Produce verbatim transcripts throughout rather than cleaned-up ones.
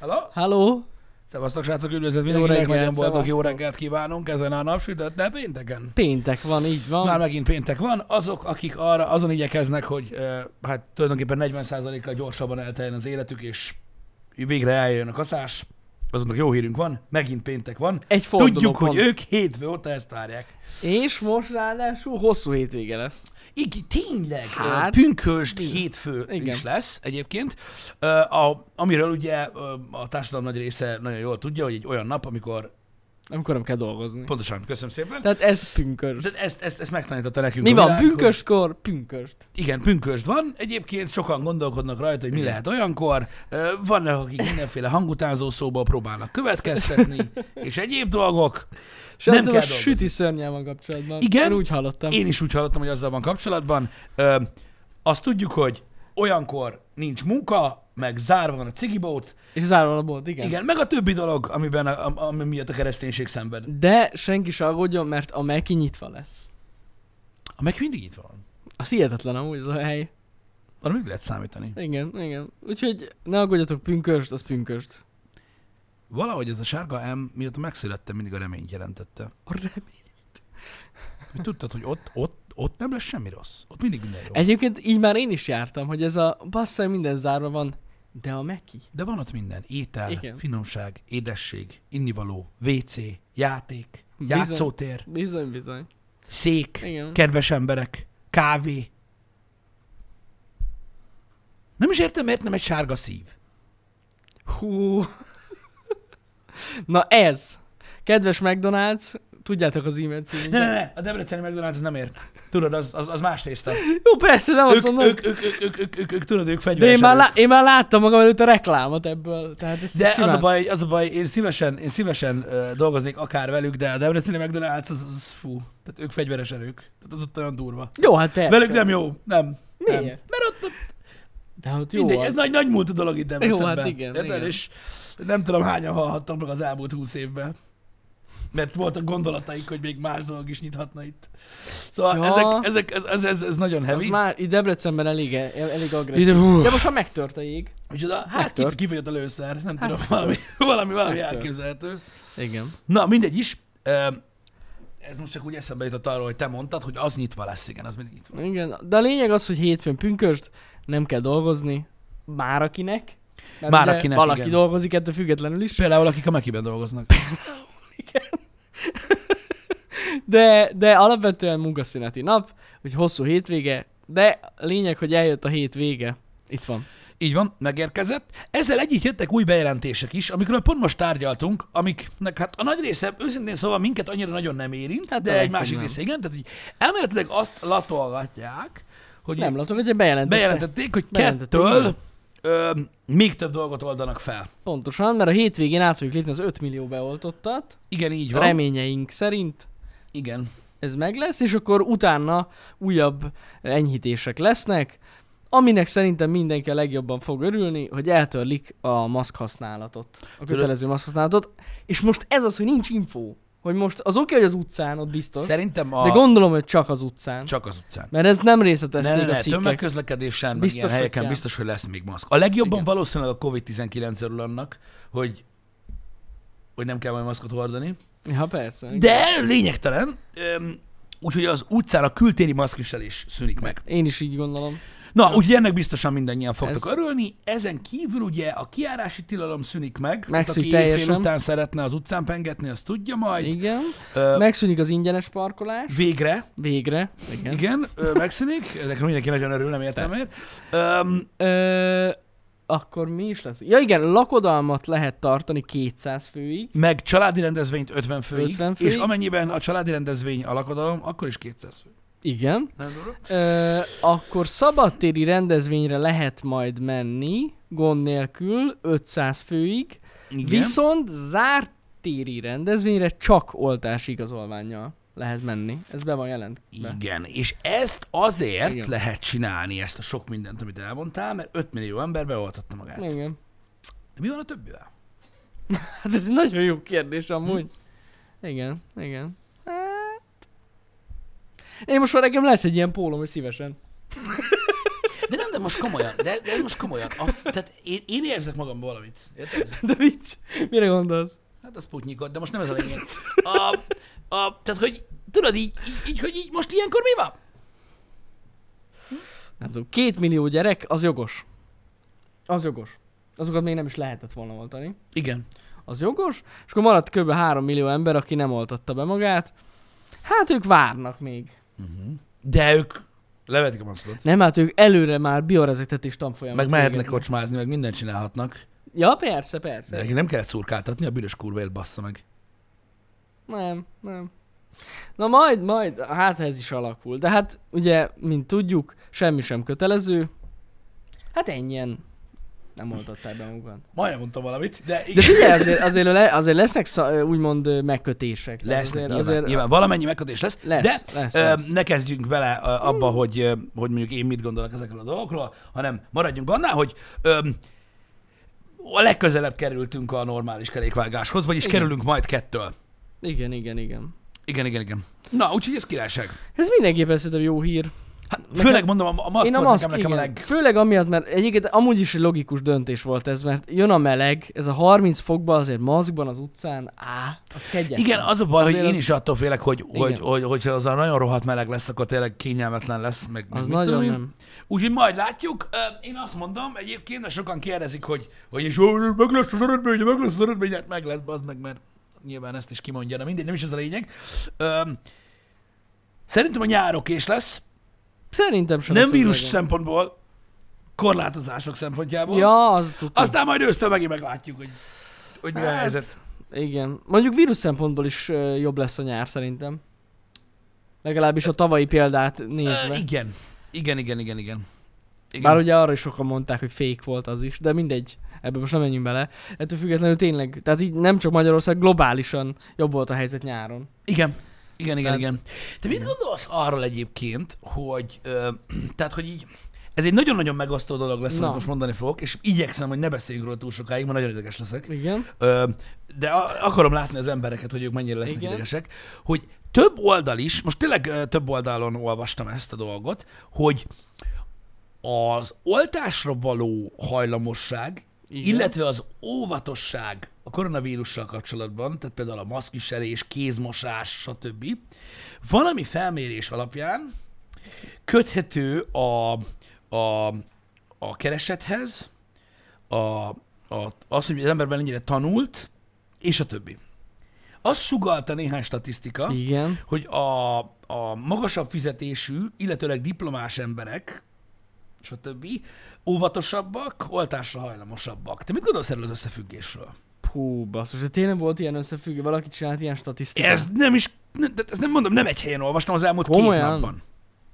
Hello? Hello? Szevasztok, srácok, üdvözlet mindenkinek, reggelt, nagyon boldog jó szevasztok. reggelt kívánunk ezen a napsütött, de pénteken. Péntek van, így van. Már megint péntek van. Azok, akik arra azon igyekeznek, hogy uh, hát tulajdonképpen negyven százalékkal gyorsabban elteljen az életük, és végre eljön a kaszás, azoknak jó hírünk van, megint péntek van. Egy Tudjuk, fordulópont. hogy ők hétfő óta ezt várják. És most ráadásul hosszú hétvége lesz. Így tényleg, Hát, hát, pünkösd hétfő igen. is lesz egyébként, uh, a, amiről ugye uh, a társadalom nagy része nagyon jól tudja, hogy egy olyan nap, amikor, Amikor nem kell dolgozni. pontosan, köszönöm szépen, Tehát ez pünkösd. de ezt, ezt, ezt megtanította nekünk Mi a van világ, hogy- pünköstkor? Pünkösd. Igen, pünkösd van. Egyébként sokan gondolkodnak rajta, hogy mi lehet olyankor. Ö, Vannak, akik mindenféle hangutánzó szóból próbálnak következtetni, és egyéb dolgok. És Nem nem kell a dolgozni. süti szörnyel van kapcsolatban. Igen. Én úgy hallottam. Én is úgy hallottam, hogy azzal van kapcsolatban. Ö, azt tudjuk, hogy olyankor nincs munka, meg zárva van a cigibót. És zárva van a bolt, igen. Igen, meg a többi dolog, amiben a, a, ami miatt a kereszténység szenved. De senki se aggódjon, mert a Meki nyitva lesz. A meg mindig itt van. Az hihetetlen amúgy ez a hely. Arra még lehet számítani. Igen, igen. Úgyhogy ne aggódjatok, pünkösd, az pünkösd. Valahogy ez a sárga M, mióta megszülettem, mindig a reményt jelentette. A remény. Hogy tudtad, hogy ott, ott, ott nem lesz semmi rossz. Ott mindig minden jó. Egyébként így már én is jártam, hogy ez a basszai minden zárva van, de a Meki. De van ott minden. Étel, Igen. finomság, édesség, innivaló, vé cé, játék, Bizony. játszótér, Bizony, bizony. szék, Igen. kedves emberek, kávé. Nem is értem, miért nem egy sárga szív. Hú. Na ez. Kedves McDonald's, tudjátok az e-mail címünket. Ne, ne, ne, a debreceni McDonald's az nem ér. Tudod, az, az, az más tészta. Jó, persze, nem azt Ők, mondom. ők, ők, ők, ők, ők, ők, ők, tudod, ők De fegyveres én már, erők. lá- én már láttam magam előtt a reklámot ebből. Tehát ezt De simán. az a baj, az a baj, én szívesen, én szívesen uh, dolgoznék akár velük, de a debreceni McDonald's az, az fú, tehát ők fegyveres erők. Tehát az ott olyan durva. Jó, hát persze. Velük nem jó, nem. Miért? Nem. Mert ott, ott De ott jó mindegy, az. ez nagy, nagy múltú dolog itt Debrecenben. hát igen, Érted? igen. És nem tudom hányan hallhattak meg az elmúlt húsz évben. Mert voltak gondolataik, hogy még más dolog is nyithatna itt. Szóval Ja. ezek, ezek, ez, ez, ez, ez nagyon Az heavy. már itt Debrecenben elég, elég agresszív. Ide, hú. De most már megtört a jég. Micsoda? Hát Megtört. kit, kifogyott a lőszer, nem Hát. tudom, valami, valami, valami Megtört. elképzelhető. Igen. Na, mindegy is. Ö, Ez most csak úgy eszembe jutott arról, hogy te mondtad, hogy az nyitva lesz, igen, az mindig nyitva. Igen. De a lényeg az, hogy hétfőn pünkösd, nem kell dolgozni. Már akinek. Mert Már ugye akinek, valaki igen. dolgozik ettől függetlenül is. Például akik a Mekiben dolgoznak. De, de alapvetően munkaszüneti nap, hogy hosszú hétvége, de a lényeg, hogy eljött a hét vége. Itt van. Így van, megérkezett. Ezzel együtt jöttek új bejelentések is, amikről pont most tárgyaltunk, amiknek hát a nagy része, őszintén szóval minket annyira nagyon nem érint, Hát de a egy legtöbb másik nem. része igen. Tehát, hogy elméletileg azt latolgatják, hogy Nem látom, hogy bejelentették. bejelentették, hogy Bejelentették, kettől igen. ö, még több dolgot oldanak fel. Pontosan, mert a hétvégén át fogjuk lépni az öt millió beoltottat. Igen, így van. Reményeink szerint Igen. ez meg lesz, és akkor utána újabb enyhítések lesznek, aminek szerintem mindenki a legjobban fog örülni, hogy eltörlik a maszk használatot, a kötelező maszk használatot, és most ez az, hogy nincs info, hogy most az oké, hogy az utcán, ott biztos, Szerintem a... de gondolom, hogy csak az utcán, Csak az utcán. mert ez nem Ne, részletezték ne, a ne, cikkek. tömegközlekedésen, meg Biztos, ilyen hogy helyeken kell. biztos, hogy lesz még maszk. A legjobban Igen. valószínűleg a kovid tizenkilenc örül annak, hogy, hogy nem kell majd maszkot hordani. Ja, persze. De lényegtelen, öm, úgyhogy az utcán a kültéri maszkviselés szűnik meg. Én is így gondolom. Na, úgyhogy ennek biztosan mindannyian fogtok Ez- örülni. Ezen kívül ugye a kijárási tilalom szűnik meg. Tehát Megszűnik aki éjfél teljesen. után szeretne az utcán pengetni, az tudja majd. Igen. Ö, Megszűnik az ingyenes parkolás. Végre, Végre. Igen. igen, ö, megszűnik. Ennek mindenki nagyon örül, nem értem miért. Öm, Ö, akkor mi is lesz? Ja igen, lakodalmat lehet tartani kétszáz főig. meg családi rendezvényt ötven főig, ötven főig. és amennyiben a családi rendezvény a lakodalom, akkor is kétszáz fő. Igen. Nem durva? Ö, akkor szabadtéri rendezvényre lehet majd menni, gond nélkül, ötszáz főig. Igen. Viszont zárt téri rendezvényre csak oltási igazolvánnyal lehet menni. Ez be van jelentve. Igen, és ezt azért Igen. lehet csinálni, ezt a sok mindent, amit elmondtál, mert öt millió ember beoltatta magát. Igen. De mi van a többivel? Hát ez egy nagyon jó kérdés amúgy. Igen, igen. Hát... Én most már nekem lesz egy ilyen pólom, hogy szívesen. De nem, de most komolyan, de, de ez most komolyan. A, tehát én, én érzek magamban valamit. Érted? De mit? Mire gondolsz? Hát a Sputnikot, de most nem ez a lényeg. A, a, tehát, hogy tudod így, így, így, hogy így most ilyenkor mi van? Nem tudom, két millió gyerek, az jogos. Az jogos. Azokat még nem is lehetett volna oltani. Igen. Az jogos, és akkor maradt kb. három millió ember, aki nem oltatta be magát. Hát ők várnak még. Uh-huh. De ők levetik a maszkot. Nem, hát ők előre már biorezetetés tanfolyamot Meg mehetnek végeznek. kocsmázni, meg mindent csinálhatnak. Ja, persze, persze. De neki nem kell szurkáltatni, a büdös kurva élt bassza meg. Nem, nem. Na majd, majd, hát ez is alakul. De hát ugye, mint tudjuk, semmi sem kötelező. Hát ennyien nem oltották be magukat. Majdnem mondtam valamit, de igen. De figyelj, azért, azért, le, azért lesznek szá, úgymond megkötések. Tehát Lesznek, azért, nyilván, azért nyilván. Valamennyi megkötés lesz, lesz, de lesz, ö, lesz. ne kezdjünk bele ö, abba, hogy, ö, hogy mondjuk én mit gondolok ezekről a dolgokról, hanem maradjunk annál, hogy ö, a legközelebb kerültünk a normális kerékvágáshoz, vagyis Igen. kerülünk majd kettől. Igen, igen, igen. Igen, igen, igen. Na, úgyhogy ez királyság. Ez mindenképpen szerintem jó hír. Hát, Nekem- főleg mondom, a, a maszk Én a volt maszk, nekem, nekem a igen. leg... Főleg amiatt, mert egyébként amúgy is egy logikus döntés volt ez, mert jön a meleg, ez a harminc fokban azért maszkban az utcán, á, az kegyetlen. Igen, az a baj, hogy Azért én az- is attól félek, hogy, hogy, Igen. hogy, hogyha az a nagyon rohadt meleg lesz, akkor tényleg kényelmetlen lesz, meg, meg Az mit tudom nagyon én. nem. Úgyhogy majd látjuk. Ö, Én azt mondom egyébként, mert sokan kérdezik, hogy, hogy és ó, meg lesz az eredmény, meg lesz az eredmény, hát meg lesz, bazd meg, mert nyilván ezt is kimondja, de mindegy, nem is ez a lényeg. Ö, Szerintem a nyár okés lesz, Szerintem sem. nem lesz az vírus legyen. szempontból, korlátozások szempontjából. Ja, az tudtam. Aztán majd ősztől megint meglátjuk, hogy, hogy mi a Hát, helyzet. Igen. Mondjuk vírus szempontból is ö, jobb lesz a nyár szerintem. Legalábbis a tavalyi példát nézve. Ö, igen. Igen, igen, igen, igen. igen. Bár ugye arra is sokan mondták, hogy fake volt az is, de mindegy. Ebbe most nem menjünk bele. Ettől függetlenül tényleg, tehát így nem csak Magyarország, globálisan jobb volt a helyzet nyáron. Igen. Igen, igen, Tehát- igen. Te mit gondolsz arról egyébként, hogy, ö, tehát, hogy így, ez egy nagyon-nagyon megosztó dolog lesz, Na. amit most mondani fogok, és igyekszem, hogy ne beszéljünk róla túl sokáig, mert nagyon ideges leszek. Igen. Ö, de a- akarom látni az embereket, hogy ők mennyire lesznek Igen. idegesek, hogy több oldal is, most tényleg ö, több oldalon olvastam ezt a dolgot, hogy az oltásra való hajlamosság, Igen. illetve az óvatosság a koronavírussal kapcsolatban, tehát például a maszkviselés, kézmosás, stb. Valami felmérés alapján köthető a, a, a keresethez, a, a, az, hogy az emberben ennyire tanult, és a többi. Azt sugallta néhány statisztika, Igen. hogy a, a magasabb fizetésű, illetőleg diplomás emberek, stb. Óvatosabbak, oltásra hajlamosabbak. Te mit gondolsz erről az összefüggésről? Hú, basszus, de tényleg volt ilyen összefüggő, valaki csinált ilyen statisztikát? Ez nem is, ne, de ezt nem mondom, nem egy helyen olvastam az elmúlt Komolyan? két napban.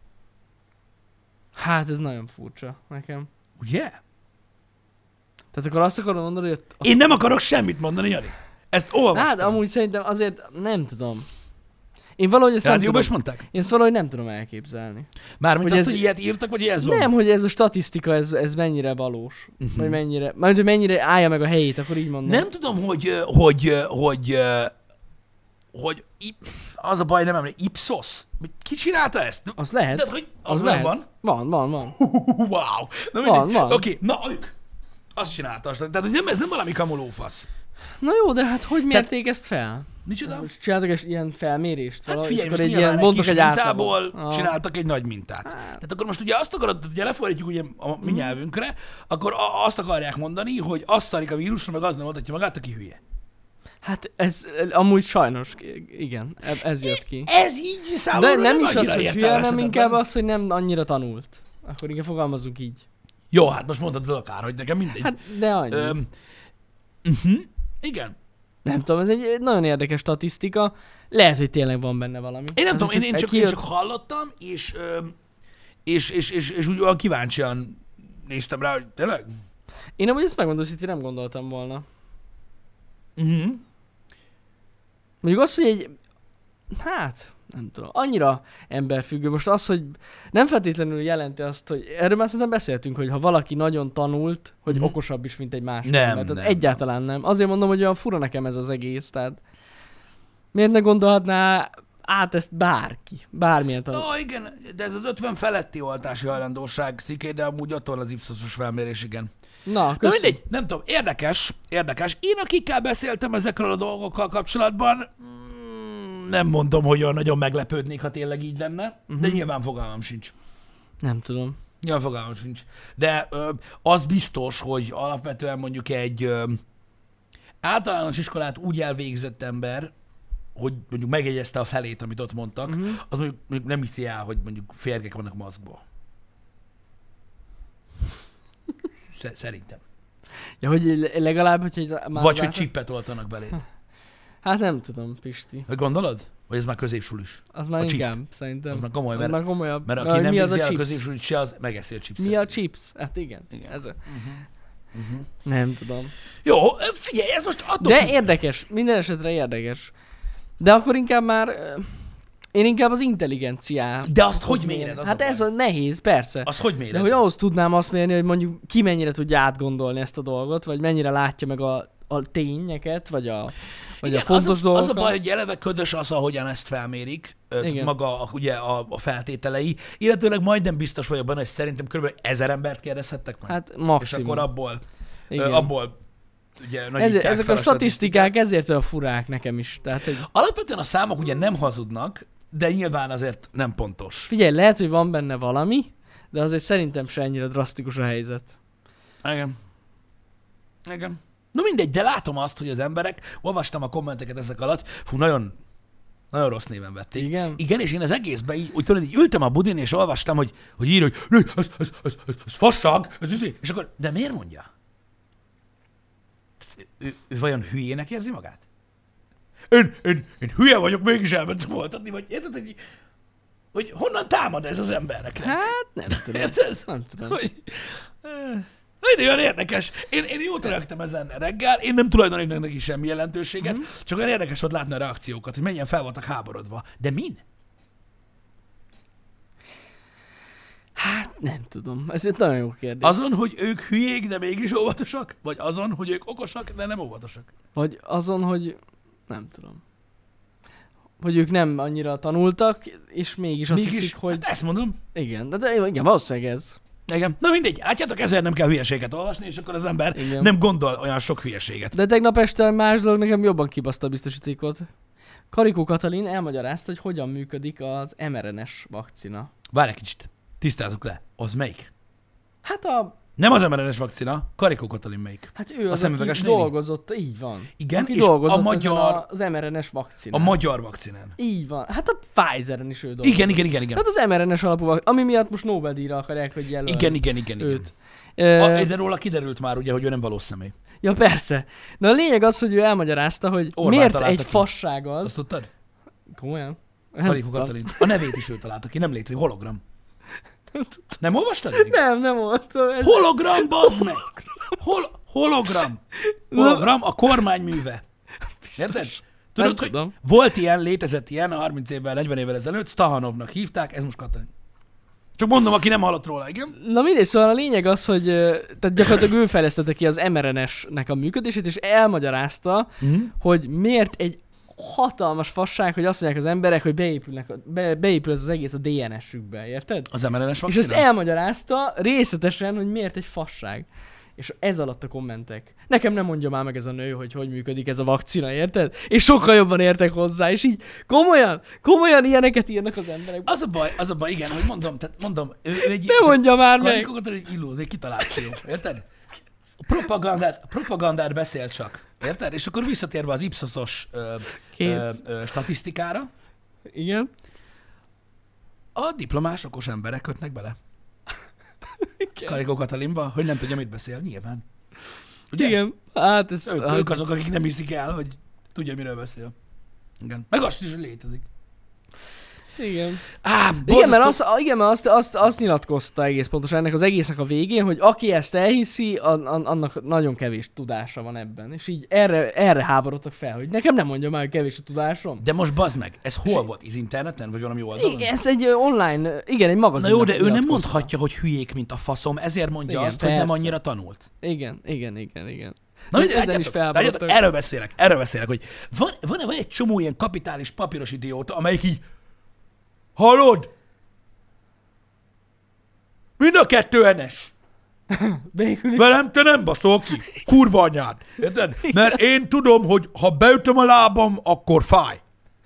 Hát ez nagyon furcsa nekem. Ugye? Tehát akkor azt akarom mondani, hogy... A... Én nem akarok semmit mondani, Jani. Ezt olvastam. Hát amúgy szerintem azért nem tudom. Én valahogy ezt nem Rádióban tudom. is mondták? Én ezt valahogy nem tudom elképzelni. Mármint Hogy azt, ez- hogy ilyet írtak, vagy ez van? Nem, hogy ez a statisztika, ez, ez mennyire valós. Mhm. Vagy mennyire, mert hogy mennyire állja meg a helyét, akkor így mondom. Nem tudom, hogy, ö, hogy, ö, hogy, ö, hogy, i- az a baj, nem emlékszem, Ipsos? Ki csinálta ezt? Az lehet. Tehát, hogy az, Az az lehet. van? Van, van, van. Wow! Na Van, mindegy. van. Oké, na ők. Azt csinálta. Tehát, hogy nem, ez nem valami kamolófasz. Na jó, de hát hogy mérték ezt fel? Micsoda? Most csináltak egy ilyen felmérést? Hát valahogy, figyelj, és most akkor egy nyilván ilyen, egy bontok kis egy mintából átlagot. Ah. csináltak egy nagy mintát. Tehát akkor most ugye azt akarod, hogy lefordítjuk ugye a mi nyelvünkre, akkor a- azt akarják mondani, hogy azt szarik a vírusra, meg az nem oltatja magát, aki hülye. Hát ez amúgy sajnos, igen, e- ez jött ki. Ez így De számomra nem is az, annyira hogy hülye, hanem értelmezhetetlen. inkább az, hogy nem annyira tanult. Akkor igen, fogalmazunk így. Jó, hát most mondhatod akár, hogy nekem mindegy. Hát, de annyi. Öm, uh-huh, igen. Nem tudom, ez egy egy nagyon érdekes statisztika. Lehet, hogy tényleg van benne valami. Én nem Ez tudom, én, én, csak, én kijött- csak hallottam, és, öm, és, és, és, és úgy olyan kíváncsian néztem rá, hogy tényleg? Én amúgy ezt megmondom, hogy nem gondoltam volna. Uh-huh. Mondjuk az, hogy egy... Hát, nem tudom. Annyira emberfüggő. Most az, hogy nem feltétlenül jelenti azt, hogy... Erről már szerintem beszéltünk, hogy ha valaki nagyon tanult, hogy Mhm. okosabb is, mint egy másik Nem, ember. Tehát nem. egyáltalán nem. Azért mondom, hogy olyan fura nekem ez az egész. Tehát miért ne gondolhatná át ezt bárki, bármilyen tanul. Ó, igen, de ez az ötven feletti oltási hajlandóság sziké, de amúgy ott van az Ipsosos felmérés, igen. Na, Na köszönöm. mindegy, nem tudom, érdekes, érdekes. Én akikkel beszéltem ezekről a dolgokkal kapcsolatban, mm, nem mondom, hogy olyan nagyon meglepődnék, ha tényleg így lenne, uh-huh. de nyilván fogalmam sincs. Nem tudom. Nyilván fogalmam sincs. De ö, az biztos, hogy alapvetően mondjuk egy ö, általános iskolát úgy elvégzett ember, hogy mondjuk megjegyezte a felét, amit ott mondtak, uh-huh. az mondjuk, mondjuk nem hiszi el, hogy mondjuk férgek vannak maszkból. Szerintem. Ja, hogy legalább, hogy... Már Vagy hogy csippet oltanak belé. Hát nem tudom, Pisti. Hogy gondolod? Vagy ez már középsulis? Az már a inkább, chip. szerintem. Az már komoly, mert, már komolyabb. mert aki Na, nem mi az végzi a el a chips? középsulit, se az megeszi a chipset. Mi a chips? Hát igen. igen. Ez a... Uh-huh. Uh-huh. Nem tudom. Jó, figyelj, ez most attól De függ... érdekes, minden esetre érdekes. De akkor inkább már... Én inkább az intelligenciát... De azt hogy méred? Az Hát a ez baj. a nehéz, persze. Azt hogy méred? De hogy ahhoz tudnám azt mérni, hogy mondjuk ki mennyire tudja átgondolni ezt a dolgot, vagy mennyire látja meg a, a tényeket, vagy a, vagy igen, a fontos az a, dolgokat. Az a baj, hogy eleve ködös az, ahogyan ezt felmérik, tehát maga a, ugye a, a feltételei, illetőleg majdnem biztos vagyok benne, hogy szerintem kb. ezer embert kérdezhettek meg. Hát maximum. És akkor abból, ö, igen. abból ugye Ez, ezek a statisztikák ezért olyan furák nekem is. Tehát, hogy... Alapvetően a számok ugye nem hazudnak, de nyilván azért nem pontos. Figyelj, lehet, hogy van benne valami, de azért szerintem se ennyire drasztikus a helyzet. Igen. Igen. No mindegy, de látom azt, hogy az emberek, olvastam a kommenteket ezek alatt, fú, nagyon, nagyon rossz néven vették. Igen? Igen, és én az egészben így, úgy tudod, így ültem a budin, és olvastam, hogy, hogy ír, hogy ez, ez, ez, ez, ez fasság, ez, ez, és akkor, de miért mondja? Ő, ő vajon hülyének érzi magát? Én, én, én hülye vagyok, mégis elmentem voltatni, vagy érted, hogy, hogy honnan támad ez az embereknek? Hát nem tudom. Érted? Nem tudom. Hogy, Nagyon olyan érdekes. Én, én jót rögtem ezen reggel, én nem tulajdonítok neki semmi jelentőséget, mm-hmm. csak olyan érdekes volt látni a reakciókat, hogy mennyien fel voltak háborodva. De min? Hát nem tudom. Ez egy nagyon jó kérdés. Azon, hogy ők hülyék, de mégis óvatosak? Vagy azon, hogy ők okosak, de nem óvatosak? Vagy azon, hogy nem tudom. Hogy ők nem annyira tanultak, és mégis azt mégis, hiszik, hogy... Hát ezt mondom. Igen, de, de igen, valószínűleg ez. Igen. Na mindegy, látjátok, ezért nem kell hülyeséget olvasni, és akkor az ember igen. nem gondol olyan sok hülyeséget. De tegnap este más dolog nekem jobban kibaszta a biztosítékot. Karikó Katalin elmagyarázta, hogy hogyan működik az em er en es vakcina. Várj egy kicsit, tisztázzuk le. Az melyik? Hát a... Nem az em er en es vakcina, Karikó Katalin melyik? Hát ő a az, aki dolgozott, így van. Igen, aki és dolgozott a magyar... A, az em er en es vakcinán. A magyar vakcinán. Így van. Hát a Pfizeren is ő dolgozott. Igen, igen, igen, igen. Hát az em er en es alapú vakcina, ami miatt most Nobel-díjra akarják, hogy jelölni igen, igen, igen, őt. Igen. A, de róla kiderült már ugye, hogy ő nem valós személy. Ja, persze. De a lényeg az, hogy ő elmagyarázta, hogy Orbán miért egy ki. fasság az... Azt tudtad? Komolyan? Karikó Katalin. A nevét is ő találta ki, nem létezik, hologram. Nem, nem olvastad? Nem, nem olvastam. Ez... Hologram, bazd meg! Hol, hologram! Hologram a kormány műve. Érted? Tudod, nem hogy tudom. volt ilyen, létezett ilyen harminc évvel, negyven évvel ezelőtt, Stahanovnak hívták, ez most Katalin. Csak mondom, aki nem hallott róla, igen. Na mindegy, szóval a lényeg az, hogy tehát gyakorlatilag ő fejlesztette ki az em er en es-nek a működését, és elmagyarázta, mm-hmm. hogy miért egy hatalmas fasság, hogy azt mondják az emberek, hogy beépülnek, be, beépül ez az egész a dé en es-ükbe, érted? Az em er en es vakcina? És ezt elmagyarázta részletesen, hogy miért egy fasság. És ez alatt a kommentek. Nekem nem mondja már meg ez a nő, hogy hogy működik ez a vakcina, érted? És sokkal jobban értek hozzá, és így komolyan, komolyan ilyeneket írnak az emberek. Az a baj, az a baj, igen, hogy mondom, tehát mondom, ő, ő egy... Ne mondja már meg! Karikó Katalin egy illúz, egy kitaláció, érted? Propagandát, propagandát beszél csak, érted? És akkor visszatérve az Ipsosos ö, ö, ö, statisztikára, igen. A diplomás okos emberek kötnek bele. Karikó Katalinba, hogy nem tudja, mit beszél, nyilván. Ugye? Igen, hát ez... Ők, ők azok, akik nem hiszik el, hogy tudja, miről beszél. Igen. Meg azt is, hogy létezik. Igen. Á, igen, mert, azt, igen, mert azt, azt, azt nyilatkozta egész pontosan ennek az egésznek a végén, hogy aki ezt elhiszi, annak nagyon kevés tudása van ebben. És így erre, erre háborodtak fel, hogy nekem nem mondja már, hogy kevés a tudásom. De most bazd meg, ez hol volt? Ez interneten, vagy valami oldalon? Ez egy online, igen, egy magazin. Na jó, de ő nem mondhatja, hogy hülyék, mint a faszom, ezért mondja igen, azt, persze. hogy nem annyira tanult. Igen, igen, igen, igen. Na, Ezen látjátok, is látjátok, felborodtak. erről beszélek, erről beszélek, hogy van, van, van egy csomó ilyen kapitális papíros idióta, amelyik így, hallod? Mind a kettő enes. Végül is. Velem te nem baszol ki. Kurva anyád. Érted? Mert én tudom, hogy ha beütöm a lábam, akkor fáj.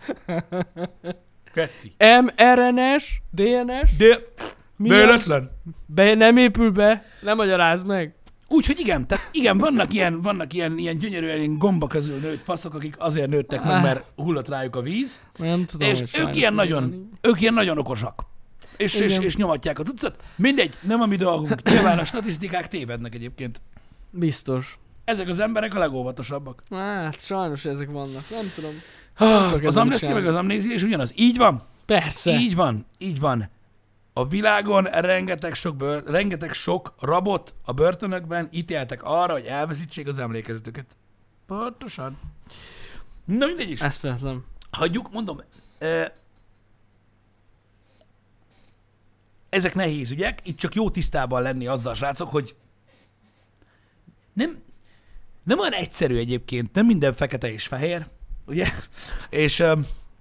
Ketti. mRNS, dé en es, De Mi véletlen. be, nem épül be, nem magyarázd meg. Úgyhogy igen, tehát igen, vannak ilyen, vannak ilyen, ilyen gyönyörűen ilyen gomba közül nőtt faszok, akik azért nőttek meg, mert hullott rájuk a víz, Nem tudom, és hogy ők sajnos ilyen, mi nagyon, van. ők ilyen nagyon okosak. És, és, Igen. és nyomatják a tucat. Mindegy, nem a mi dolgunk. Nyilván a statisztikák tévednek egyébként. Biztos. Ezek az emberek a legóvatosabbak. Hát sajnos ezek vannak, nem tudom. Ah, tudok az ezzel amnestia mit meg az amnézia is ugyanaz. Így van? Persze. Így van, így van. A világon rengeteg sok, bőr, rengeteg sok rabot a börtönökben ítéltek arra, hogy elveszítsék az emlékezetüket. Pontosan. Na mindegy is. Eszméletlen. Hagyjuk, mondom, ö, ezek nehéz ügyek, itt csak jó tisztában lenni azzal, srácok, hogy nem, nem olyan egyszerű egyébként, nem minden fekete és fehér, ugye? És ö,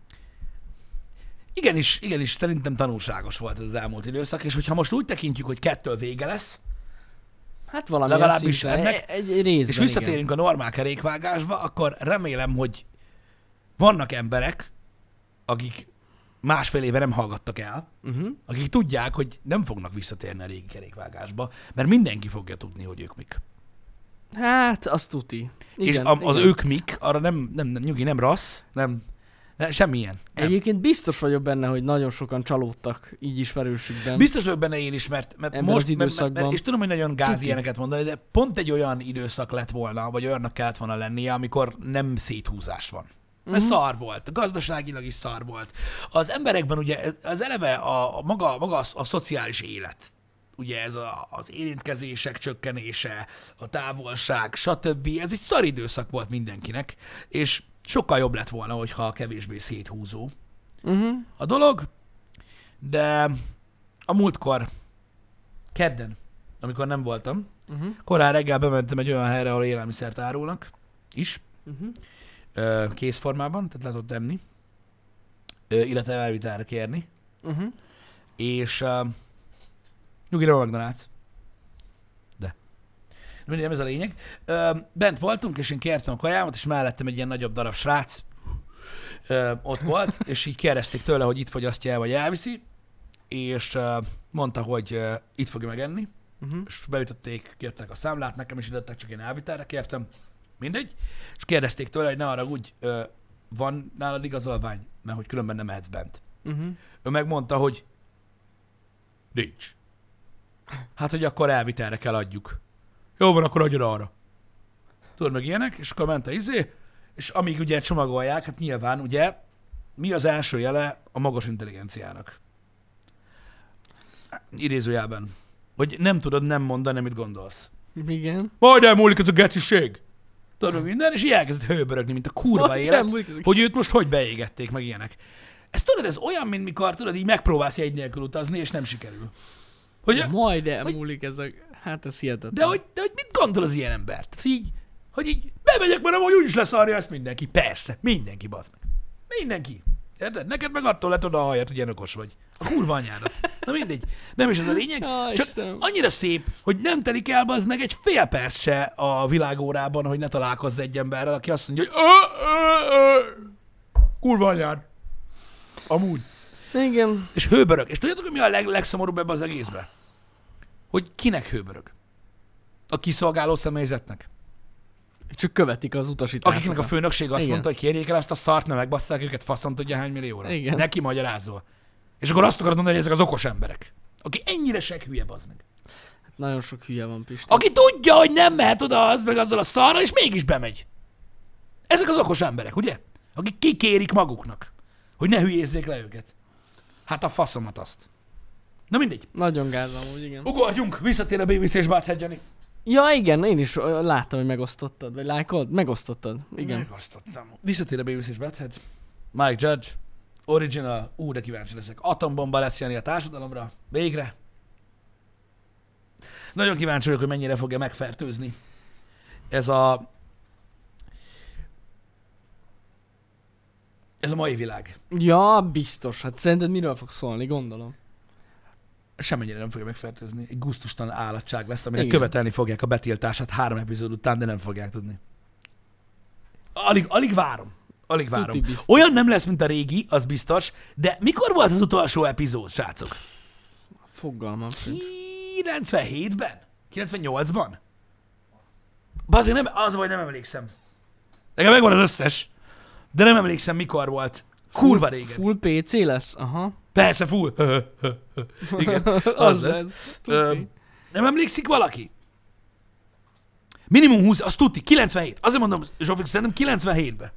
igenis, igenis szerintem tanulságos volt ez az elmúlt időszak, és hogyha most úgy tekintjük, hogy kettől vége lesz, Hát valami Legalábbis ennek. Egy, egy részben, és visszatérünk a normál kerékvágásba, akkor remélem, hogy vannak emberek, akik másfél éve nem hallgattak el, Igen. Uh-huh. akik tudják, hogy nem fognak visszatérni a régi kerékvágásba, mert mindenki fogja tudni, hogy ők mik. Hát, azt tuti. Igen, és a, az igen. ők mik, arra nem, nem, nem nyugi, nem rassz, nem, nem semmilyen. Nem. Egyébként biztos vagyok benne, hogy nagyon sokan csalódtak így ismerősükben. Biztos vagyok benne én is, mert, mert Ebben most, az mert, mert, időszakban. mert, és tudom, hogy nagyon gáz Tuti. ilyeneket mondani, de pont egy olyan időszak lett volna, vagy olyannak kellett volna lennie, amikor nem széthúzás van. Mert Mhm. szar volt, gazdaságilag is szar volt. Az emberekben ugye az eleve a, a maga, maga a, a szociális élet, ugye ez a, az érintkezések csökkenése, a távolság, stb. Ez egy szar időszak volt mindenkinek, és sokkal jobb lett volna, hogyha kevésbé széthúzó Uh-huh. a dolog, de a múltkor, kedden, amikor nem voltam, Uh-huh. korán reggel bementem egy olyan helyre, ahol élelmiszert árulnak is, Uh-huh. ö, készformában, tehát lehet ott enni, ö, illetve elvitelre kérni, Uh-huh. és uh, nyugi, nem a McDonald's. De. Mindegy, nem ez a lényeg. Ö, bent voltunk, és én kértem a kajámat, és mellettem egy ilyen nagyobb darab srác ö, ott volt, és így kérdezték tőle, hogy itt fogyasztja el, vagy elviszi, és ö, mondta, hogy ö, itt fogja megenni, Uh-huh. és beütötték, kértek a számlát, nekem is idettek, csak én elvitelre kértem, mindegy, és kérdezték tőle, hogy ne haragudj, ö, van nálad igazolvány, mert hogy különben nem mehetsz bent. Uh-huh. Ő megmondta, hogy nincs. Hát, hogy akkor elvitelre kell adjuk. Jó van, akkor adjon arra. Tudod, meg ilyenek, és akkor ment a izé, és amíg ugye csomagolják, hát nyilván ugye mi az első jele a magas intelligenciának? Idézőjelben. Hogy nem tudod nem mondani, amit gondolsz. Igen. Majd elmúlik ez a geciség. Tudod, meg minden, és így elkezdett hőbörögni, mint a kurva Majd élet, elmúlik ez a- hogy őt most hogy beégették, meg ilyenek. Ez tudod, ez olyan, mint mikor tudod, így megpróbálsz egy nélkül utazni, és nem sikerül. Hogy, Ja, majd elmúlik ez a... Hát ez hihetetlen. de, hogy, de hogy mit gondol az ilyen ember? Tehát, hogy így, hogy így bemegyek, mert amúgy úgyis leszarja ezt mindenki. Persze, mindenki, bazd meg. Mindenki. Érted? Neked meg attól lett oda a hajat, hogy ilyen okos vagy. A kurva anyádat. Na mindegy. Nem is ez a lényeg. Ja, Csak Istenem. annyira szép, hogy nem telik el bazd meg egy fél perc se a világórában, hogy ne találkozz egy emberrel, aki azt mondja, hogy ö, ö, ö, kurva anyád. Amúgy. Igen. És hőbörög. És tudjátok, hogy mi a leg, legszomorúbb ebbe az egészbe? Hogy kinek hőbörög? A kiszolgáló személyzetnek. Csak követik az utasításokat. Akiknek a főnökség azt Igen. mondta, hogy kérjék el ezt a szart, ne megbasszák őket, faszom tudja hány millióra. Igen. Neki magyarázol. És akkor azt akarod mondani, hogy ezek az okos emberek. Aki ennyire seg hülye, bazd meg. Nagyon sok hülye van, Pisti. Aki tudja, hogy nem mehet oda az, meg azzal a szarral, és mégis bemegy. Ezek az okos emberek, ugye? Akik kikérik maguknak, hogy ne hülyézzék le őket. Hát a faszomat azt. Na mindegy. Nagyon gáz amúgy, igen. Ugorjunk, visszatér a bé bé cés Báthead, Jani. Ja, igen, én is ö, láttam, hogy megosztottad, vagy lájkold? Megosztottad, igen. Megosztottam. Visszatér a bé bé cés Báthead. Mike Judge. Original. Ú, de kíváncsi leszek. Atombomba lesz, Jani, a társadalomra. Végre. Nagyon kíváncsi vagyok, hogy mennyire fogja megfertőzni ez a ez a mai világ. Ja, biztos. Hát szerinted miről fog szólni, gondolom. Semmennyire nem fogja megfertőzni. Egy gusztustalan állatság lesz, aminek Igen. követelni fogják a betiltását három epizód után, de nem fogják tudni. Alig, alig várom. Alig várom. Tuti biztos. Olyan nem lesz, mint a régi, az biztos, de mikor volt az utolsó epizód, srácok? Fogalmam sincs. kilencvenhétben? kilencvennyolcban? Bazzi, nem, az vagy nem emlékszem. Nekem megvan az összes, de nem emlékszem, mikor volt. Kurva régen. Full pé cé lesz? Aha. Persze, full. Igen, az, Az lesz. lesz. Ö, Tuti. nem emlékszik valaki? Minimum húsz, az tuti, kilencvenhét. Azért mondom, Zsófik, szerintem kilencvenhétben.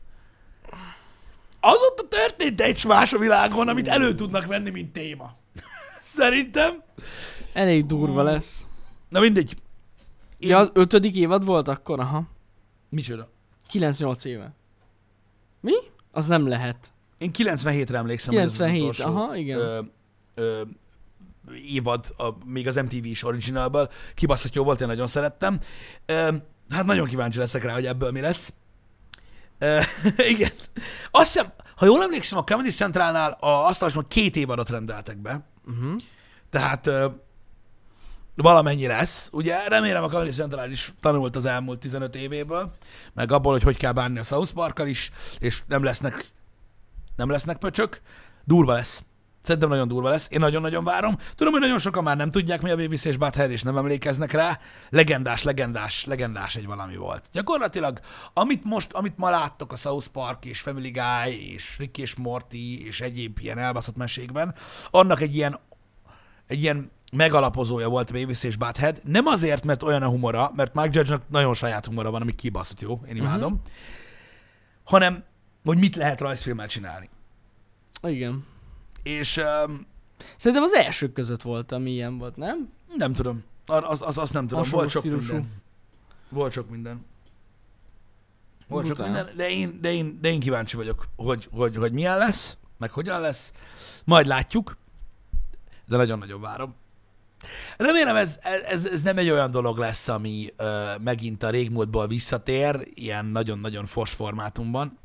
Azóta történt egy más a világon, amit elő tudnak venni, mint téma. Szerintem. Elég durva lesz. Na mindegy. Én... Ja, az ötödik évad volt akkor? Aha. Micsoda? kilencvennyolc éve. Mi? Az nem lehet. Én kilencvenhétre emlékszem, kilencvenhét, hogy ez az utolsó aha, igen. Ö, ö, évad, a, még az em té vé-s originalból. Kibaszott jó volt, én nagyon szerettem. Ö, hát nagyon kíváncsi leszek rá, hogy ebből mi lesz. Ö, igen. Azt hiszem, ha jól emlékszem, a Comedy Centralnál a asztalosban két évadot rendeltek be. Uh-huh. Tehát ö, valamennyi lesz. Ugye remélem a Comedy Central is tanult az elmúlt tizenöt évéből, meg abból, hogy hogy kell bánni a South Parkkal is, és nem lesznek nem lesznek pöcsök. Durva lesz. Szerintem nagyon durva lesz. Én nagyon-nagyon várom. Tudom, hogy nagyon sokan már nem tudják, mi a Beavis és Butthead, és nem emlékeznek rá. Legendás, legendás, legendás egy valami volt. Gyakorlatilag, amit most, amit ma láttok a South Park és Family Guy és Rick és Morty és egyéb ilyen elbaszott mesékben, annak egy ilyen, egy ilyen megalapozója volt a Beavis és Butthead. Nem azért, mert olyan a humora, mert Mike Judge-nak nagyon saját humora van, ami kibaszott jó, én imádom, uh-huh. hanem hogy mit lehet rajzfilmmel csinálni. Igen. És um, Szerintem az elsők között volt, ami ilyen volt, nem? nem tudom. Ar- Az, az, az nem tudom. Hasonló Volt sok stílusú. minden. Volt sok minden. Volt sok Brutál. minden, de én, de, én, de én kíváncsi vagyok, hogy, hogy, hogy milyen lesz, meg hogyan lesz. Majd látjuk, de nagyon-nagyon várom. Remélem ez, ez, ez nem egy olyan dolog lesz, ami ö, megint a régmúltból visszatér, ilyen nagyon-nagyon fos formátumban.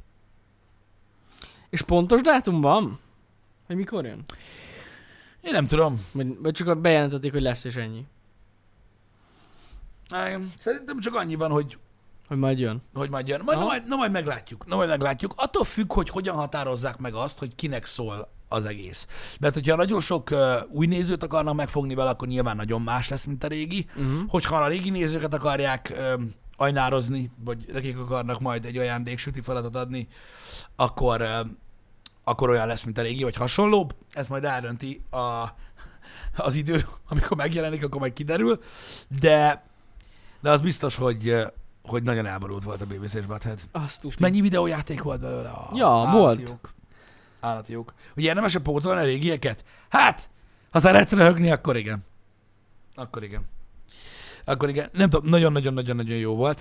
És pontos dátum van? Hogy mikor jön? Én nem tudom. Vagy, vagy csak bejelentették, hogy lesz és ennyi? Igen, szerintem csak annyi van, hogy, Hogy majd jön. hogy majd jön. Majd, na, Aha. majd, na majd meglátjuk. Na majd meglátjuk. Attól függ, hogy hogyan határozzák meg azt, hogy kinek szól az egész. Mert hogyha nagyon sok uh, új nézőt akarnak megfogni vele, akkor nyilván nagyon más lesz, mint a régi. Uh-huh. Hogyha a régi nézőket akarják uh, ajnározni, vagy nekik akarnak majd egy ajándéksüti feladatot adni, akkor, uh, akkor olyan lesz, mint a régi, vagy hasonlóbb. Ez majd eldönti a, az idő, amikor megjelenik, akkor majd kiderül. De, de az biztos, hogy, uh, hogy nagyon elborult volt a Beavis és Butthead. Azt És tudjuk. mennyi videójáték volt belőle? A Ja, állati volt. Jók. Állati jók. Ugye érdemes a pótolni a régieket? Hát, ha szeretsz röhögni, akkor igen. Akkor igen. Akkor igen. Nem tudom, nagyon-nagyon-nagyon-nagyon jó volt.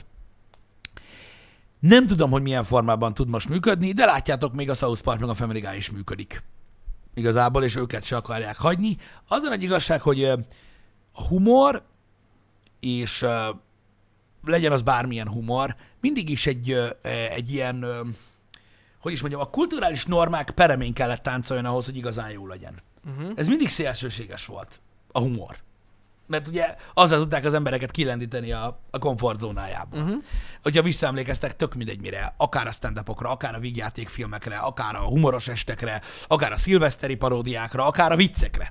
Nem tudom, hogy milyen formában tud most működni, de látjátok, még a South Park meg a Family Guy is működik. Igazából, és őket se akarják hagyni. Az a nagy igazság, hogy ö, a humor, és ö, legyen az bármilyen humor, mindig is egy, ö, egy ilyen, ö, hogy is mondjam, a kulturális normák peremén kellett táncoljon ahhoz, hogy igazán jó legyen. Uh-huh. Ez mindig szélsőséges volt, a humor. Mert ugye azzal tudták az embereket kilendíteni a, a komfortzónájából. Uh-huh. Hogyha visszaemlékeztek, tök mindegy mire, akár a stand-upokra, akár a vígjátékfilmekre, akár a humoros estekre, akár a szilveszteri paródiákra, akár a viccekre.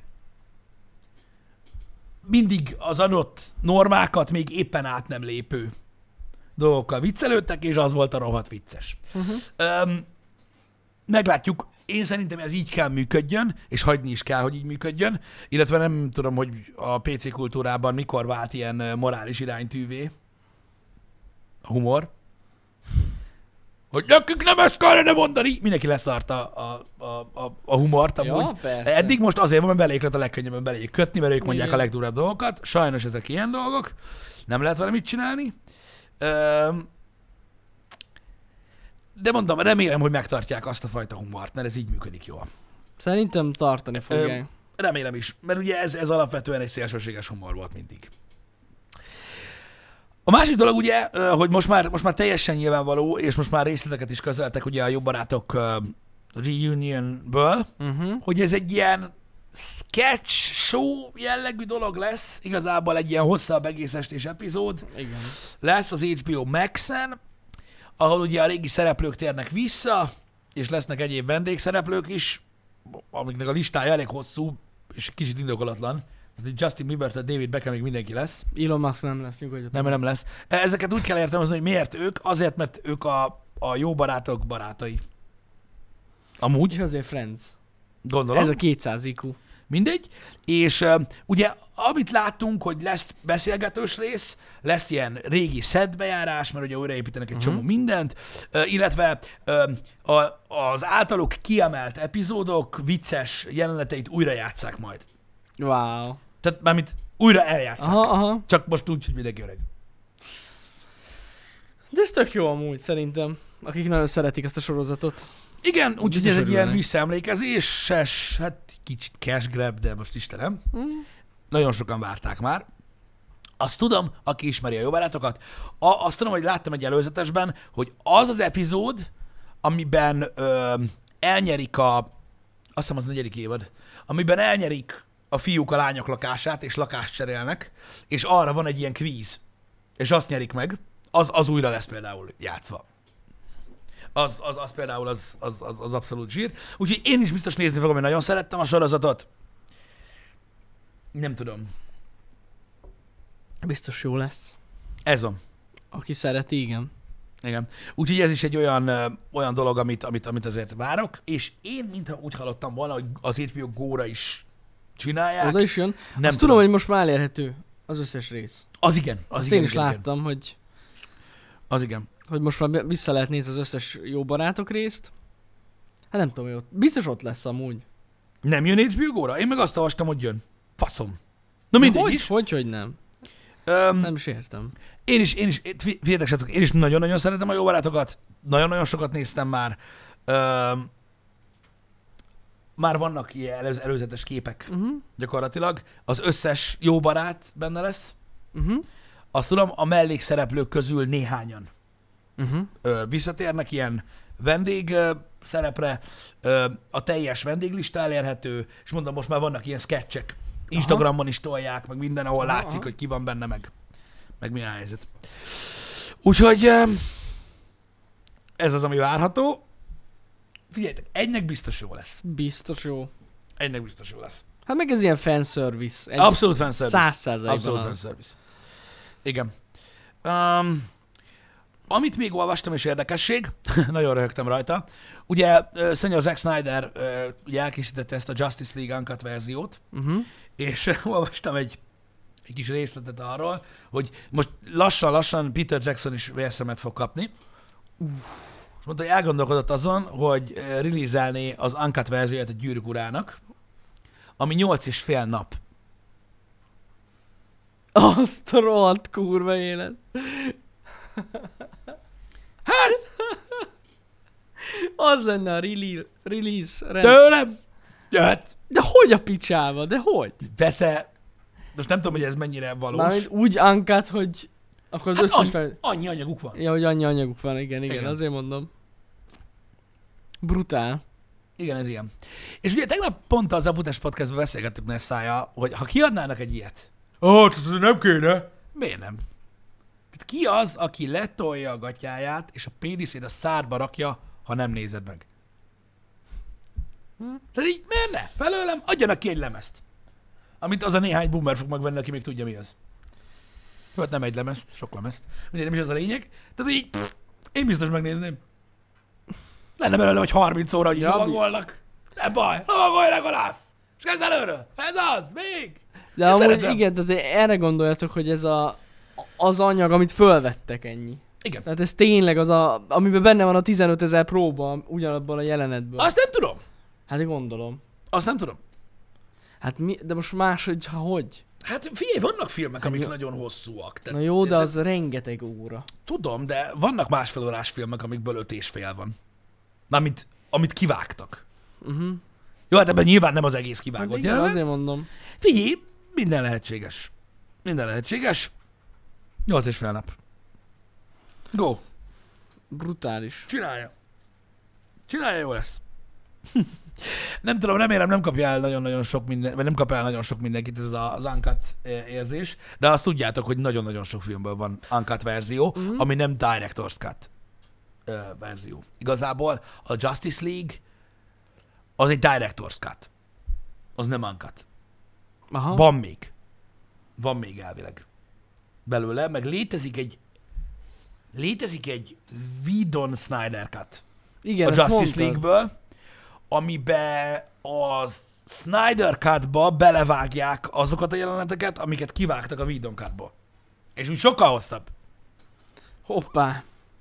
Mindig az adott normákat még éppen át nem lépő dolgokkal viccelődtek, és az volt a rohadt vicces. Uh-huh. Öm, meglátjuk. Én szerintem ez így kell működjön, és hagyni is kell, hogy így működjön, illetve nem tudom, hogy a pé cé kultúrában mikor vált ilyen ö, morális iránytűvé a humor. Hogy nekünk nem ezt kellene mondani! Mindenki leszarta a, a, a, a humort amúgy. Ja, persze. Eddig most azért van, mert beléjük lett a legkönnyebben beléjük kötni, mert ők mondják Igen. a legdurvább dolgokat. Sajnos ezek ilyen dolgok. Nem lehet vele mit csinálni. Öm, De mondom, remélem, hogy megtartják azt a fajta humort, mert ez így működik jól. Szerintem tartani fogják. Öm, remélem is, mert ugye ez, ez alapvetően egy szélsőséges humor volt mindig. A másik dolog ugye, ö, hogy most már, most már teljesen nyilvánvaló, és most már részleteket is közöltek ugye a Jó Barátok uh, reunionből, Uh-huh. hogy ez egy ilyen sketch show jellegű dolog lesz, igazából egy ilyen hosszabb egész estés epizód Igen. lesz az há bé o Max-en, ahol ugye a régi szereplők térnek vissza, és lesznek egyéb vendégszereplők is, amiknek a listája elég hosszú, és kicsit indokolatlan. Justin Bieber-től David Beckham még mindenki lesz. Elon Musk nem lesz, nyugodjatok. Nem, nem lesz. Ezeket úgy kell értelmezni, hogy miért ők? Azért, mert ők a, a jó barátok barátai. Amúgy, És azért Friends. gondolom. Ez a kétszáz i kú. Mindegy. És uh, ugye, amit láttunk, hogy lesz beszélgetős rész, lesz ilyen régi szedbejárás, mert ugye újraépítenek egy uh-huh. csomó mindent, uh, illetve uh, a, az általuk kiemelt epizódok, vicces jeleneteit újra játsszák majd. Wow. Tehát mármint újra eljátszák. Aha, aha. Csak most úgy, hogy mindenki öreg. De ez tök jó amúgy, szerintem. Akik nagyon szeretik ezt a sorozatot. Igen, úgyhogy Biztos ez egy ilyen örülnek. visszaemlékezéses, hát kicsit cash grab, de most Istenem. Mm. Nagyon sokan várták már. Azt tudom, aki ismeri a Jó Barátokat, a, azt tudom, hogy láttam egy előzetesben, hogy az az epizód, amiben ö, elnyerik a, azt hiszem az a negyedik évad, amiben elnyerik a fiúk a lányok lakását, és lakást cserélnek, és arra van egy ilyen kvíz, és azt nyerik meg, az, az újra lesz például játszva. Az, az, az például az, az, az, az abszolút zsír. Úgyhogy én is biztos nézni fogom, én nagyon szerettem a sorozatot. Nem tudom. Biztos jó lesz. Ez van. Aki szereti, igen. Igen. Úgyhogy ez is egy olyan, ö, olyan dolog, amit, amit, amit azért várok, és én mintha úgy hallottam volna, hogy az há bé o Go-ra is csinálják. Oda is jön. Nem Azt tudom, tudom, hogy most már elérhető az összes rész. Az igen. Az Azt igen, én is igen, láttam, igen. hogy, Az igen. hogy most már vissza lehet nézni az összes Jó Barátok részt. Hát nem tudom, hogy ott. Biztos ott lesz amúgy. Nem jön há bé o Go-ra? Én meg azt olvastam, hogy jön. Faszom. Na mindegy hogy, is. Hogy, hogy nem? Öm, Nem is értem. Én is, én is, fi- figyeljetek srácok, én is nagyon-nagyon szeretem a Jó Barátokat. Nagyon-nagyon sokat néztem már. Öm, már vannak ilyen előz- előzetes képek Uh-huh. gyakorlatilag. Az összes jó barát benne lesz. Uh-huh. Azt tudom, a mellékszereplők közül néhányan Uh-huh. ö, visszatérnek ilyen vendég ö, szerepre. Ö, a teljes vendéglista elérhető, és mondom, most már vannak ilyen sketchek. Instagramon is tolják, meg minden, ahol Aha, látszik, aha. hogy ki van benne, meg, meg mi a helyzet. Úgyhogy ö, ez az, ami várható. Figyeljetek, egynek biztos jó lesz. Biztos jó. Egynek biztos jó lesz. Hát meg ez ilyen fanservice. Egy Abszolút fanservice. Száz százalékban Abszolút az. fanservice. Igen. Um, amit még olvastam, és érdekesség, nagyon röhögtem rajta, ugye ö, Szenyor Zack Snyder ö, ugye elkészítette ezt a Justice League Uncut verziót, Uh-huh. és olvastam egy, egy kis részletet arról, hogy most lassan-lassan Peter Jackson is vérszemet fog kapni. És mondta, hogy elgondolkodott azon, hogy ö, release-elné az Uncut verzióját a Gyűrűk Urának, ami nyolc és fél nap. Azt a rohadt kurva élet. Hát, Az lenne a release, release rend. tőlem jöhet. De hogy a picsába? De hogy? Persze, most nem tudom, hogy ez mennyire valós. Mármint úgy ankat, hogy akkor az Hát összes annyi, fel... annyi anyaguk van. Ja, hogy annyi anyaguk van, igen, igen, Igen. azért mondom. Brutál. Igen, ez ilyen. És ugye tegnap pont az Abutás Podcastban beszélgettük Nessája, hogy ha kiadnának egy ilyet, ó, oh, nem kéne. Miért nem? Tehát ki az, aki letolja a gatyáját, és a péniszét a szádba rakja, ha nem nézed meg? Hm? Tehát így, miért ne? Felőlem adjanak ki egy lemezt. Amit az a néhány boomer fog megvenni, aki még tudja, mi az. Jó, hát nem egy lemezt, sok lemezt. Mindegy, nem is az a lényeg. Tehát így, pff, én biztos megnézném. Lenne belőle, hogy harminc óra, hogy Ja, lovagolnak. Nem baj, lovagolj Legolász! És kezd előről! Ez az, még! De Én amúgy szeretem. igen, tehát erre gondoljatok, hogy ez a, az anyag, amit fölvettek ennyi. Igen. Tehát ez tényleg az a, amiben benne van a tizenöt ezer próba ugyanabban a jelenetből. Azt nem tudom. Hát gondolom. Azt nem tudom. Hát mi, de most más, hogy ha hogy? Hát figyelj, vannak filmek, amik jó. nagyon hosszúak. Na jó, de az rengeteg óra. Tudom, de vannak másfél órás filmek, amikből öt és fél van. Mármint, amit kivágtak. Uh-huh. Jó, hát ebben nyilván nem az egész Hát kivágott igen, jelenet. azért mondom. Figyelj, minden lehetséges. Minden lehetséges. Nyolc és fél nap. Go. Brutális. Csinálja. Csinálja, jó lesz. Nem tudom, remélem nem kapja el nagyon-nagyon sok minden, vagy nem kap el nagyon sok mindenkit ez az uncut érzés, de azt tudjátok, hogy nagyon-nagyon sok filmből van uncut verzió, mm-hmm. ami nem director's cut uh, verzió. Igazából a Justice League az egy director's cut. Az nem uncut. Aha. Van még. Van még elvileg belőle, meg létezik egy létezik egy Whedon Snyder cut Igen, a ezt Justice mondtad. League-ből, amiben a Snyder Cut-ba belevágják azokat a jeleneteket, amiket kivágtak a Whedon Cut-ból. És úgy sokkal hosszabb. Hoppá.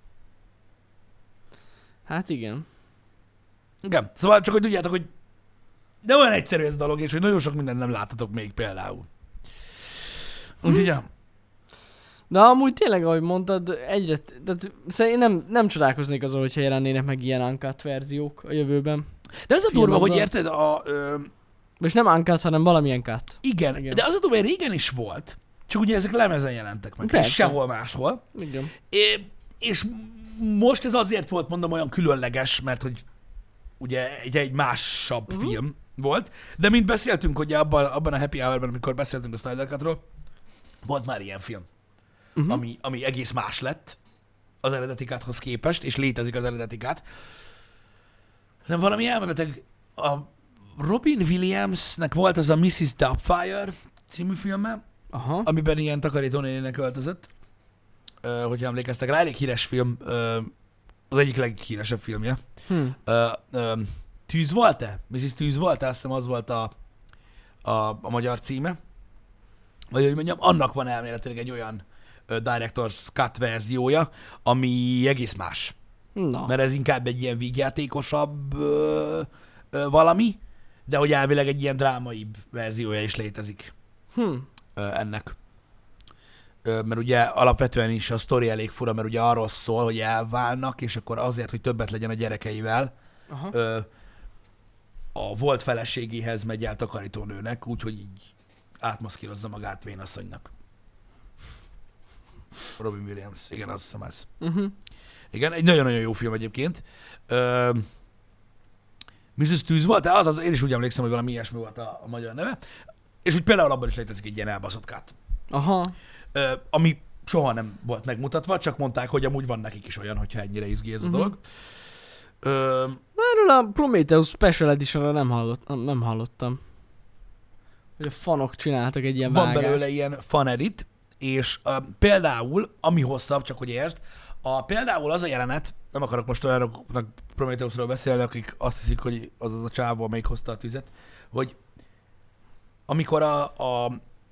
Hát igen. Igen. Szóval csak, hogy tudjátok, hogy de olyan egyszerű ez a dolog, és hogy nagyon sok mindent nem láttatok még például. Úgyhogy, ja. De amúgy tényleg, ahogy mondtad, egyre, tehát szerintem nem, nem csodálkoznék azon, hogyha jelennének meg ilyen uncut verziók a jövőben. De az a durva, Filmekben. hogy érted, a... Ö, És nem uncut, hanem valamilyen cut. igen, Igen. de az a durva, hogy régen is volt, csak ugye ezek lemezen jelentek meg, Persze. és sehol máshol. Igen. É, és most ez azért volt, mondom, olyan különleges, mert hogy ugye egy, egy másabb uh-huh. film volt, de mint beszéltünk ugye abban, abban a Happy Hour-ben, amikor beszéltünk a Snyder Cut-ról, volt már ilyen film, uh-huh. ami, ami egész más lett az eredeti Cut-hoz képest, és létezik az eredeti Cut. Nem valami elmebeteg, a Robin Williamsnek volt az a missus Doubtfire című filme, Aha. amiben ilyen takarítónénének öltözött, uh, hogyha emlékeztek rá, elég híres film, uh, az egyik leghíresebb filmje. Hm. Uh, uh, Tűz volt-e? missus Tűz volt-e? Azt hiszem az volt a, a, a magyar címe. Vagy hogy mondjam, annak van elméletileg egy olyan uh, Director's Cut verziója, ami egész más. Na. Mert ez inkább egy ilyen vígjátékosabb uh, uh, valami, de hogy elvileg egy ilyen drámaibb verziója is létezik Hm. uh, ennek. Uh, mert ugye alapvetően is a sztori elég fura, mert ugye arról szól, hogy elválnak, és akkor azért, hogy többet legyen a gyerekeivel, Aha. uh, a volt feleségéhez megy el takarítónőnek, úgyhogy így átmaszkírozza magát vénasszonynak. Robin Williams, igen, azt hiszem ez. Uh-huh. Igen, egy nagyon-nagyon jó film egyébként. Uh, missus Tűz volt, de az, az, én is úgy emlékszem, hogy valami ilyesmi volt a, a magyar neve. És úgy például abban is létezik egy ilyen elbaszott cut. Aha. Uh, ami soha nem volt megmutatva, csak mondták, hogy amúgy van nekik is olyan, hogyha ennyire izgi ez a Uh-huh. dolog. Uh, Erről a Prometheus Special Editionra nem, hallott, nem hallottam. Hogy a fanok csináltak egy ilyen van vágást. belőle ilyen fan edit, és uh, például, ami hosszabb, csak hogy értsd, a, például az a jelenet, nem akarok most olyanoknak Prometheusról beszélni, akik azt hiszik, hogy az az a csávó, amelyik hozta a tüzet, hogy amikor a, a,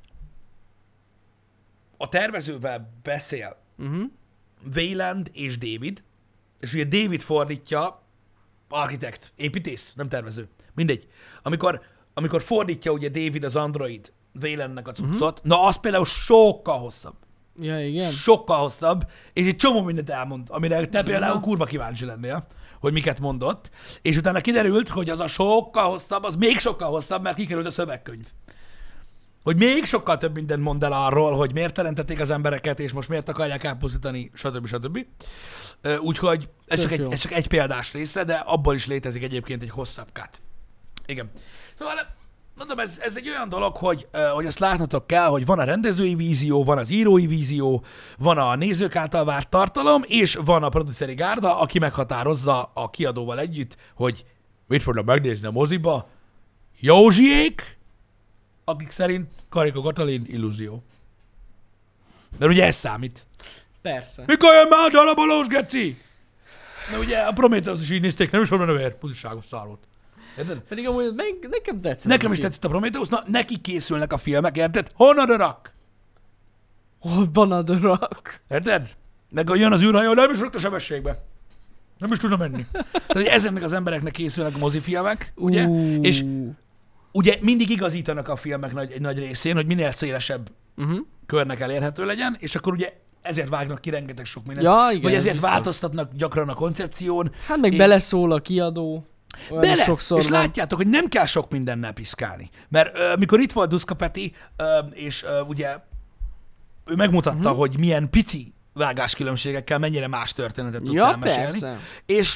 a tervezővel beszél Uh-huh. Wayland és David, és ugye David fordítja, architekt, építész, nem tervező, mindegy. Amikor, amikor fordítja ugye David az android Waylandnek a cuccot, uh-huh. na az például sokkal hosszabb. Ja, igen. Sokkal hosszabb, és egy csomó mindent elmond, amire te például Aha. kurva kíváncsi lennél, hogy miket mondott, és utána kiderült, hogy az a sokkal hosszabb, az még sokkal hosszabb, mert kikerült a szövegkönyv. Hogy még sokkal több mindent mond el arról, hogy miért teremtették az embereket, és most miért akarják elpusztítani, stb. stb. Ö, Úgyhogy ez csak, Tök egy, jó. ez csak egy példás része, de abból is létezik egyébként egy hosszabb cut. Igen. Szóval mondom, ez, ez egy olyan dolog, hogy, ö, hogy azt látnotok kell, hogy van a rendezői vízió, van az írói vízió, van a nézők által várt tartalom, és van a produceri gárda, aki meghatározza a kiadóval együtt, hogy mit fognak megnézni a moziba. Józsiék, akik szerint Karika Katalin illúzió. Mert ugye ez számít. Persze. Mikor jön már a darabolós, geci? Na ugye a Prometheus is így nézték, nem is van a növér, puziságos szár volt. Érted? Pedig amúgy meg, nekem tetszett. Nekem ez is a film. tetszett a Prometheus, na neki készülnek a filmek, érted? Honnan a rak? Hol van a drak? Érted? Meg jön az űrhajó, nem is rögt a sebességbe. Nem is tudna menni. Tehát ezeknek az embereknek készülnek a mozifilmek, ugye? Uh. És ugye mindig igazítanak a filmek nagy, egy nagy részén, hogy minél szélesebb Uh-huh. körnek elérhető legyen, és akkor ugye ezért vágnak ki rengeteg sok mindent. Ja, igen, vagy ez ezért biztos. változtatnak gyakran a koncepción. Hát meg Én- beleszól a kiadó. Olyan Bele! sokszor És van. látjátok, hogy nem kell sok mindennel piszkálni. Mert uh, mikor itt volt Duszka Peti, uh, és uh, ugye ő megmutatta, Mhm. hogy milyen pici vágáskülönbségekkel mennyire más történetet tudsz Ja, elmesélni. persze. És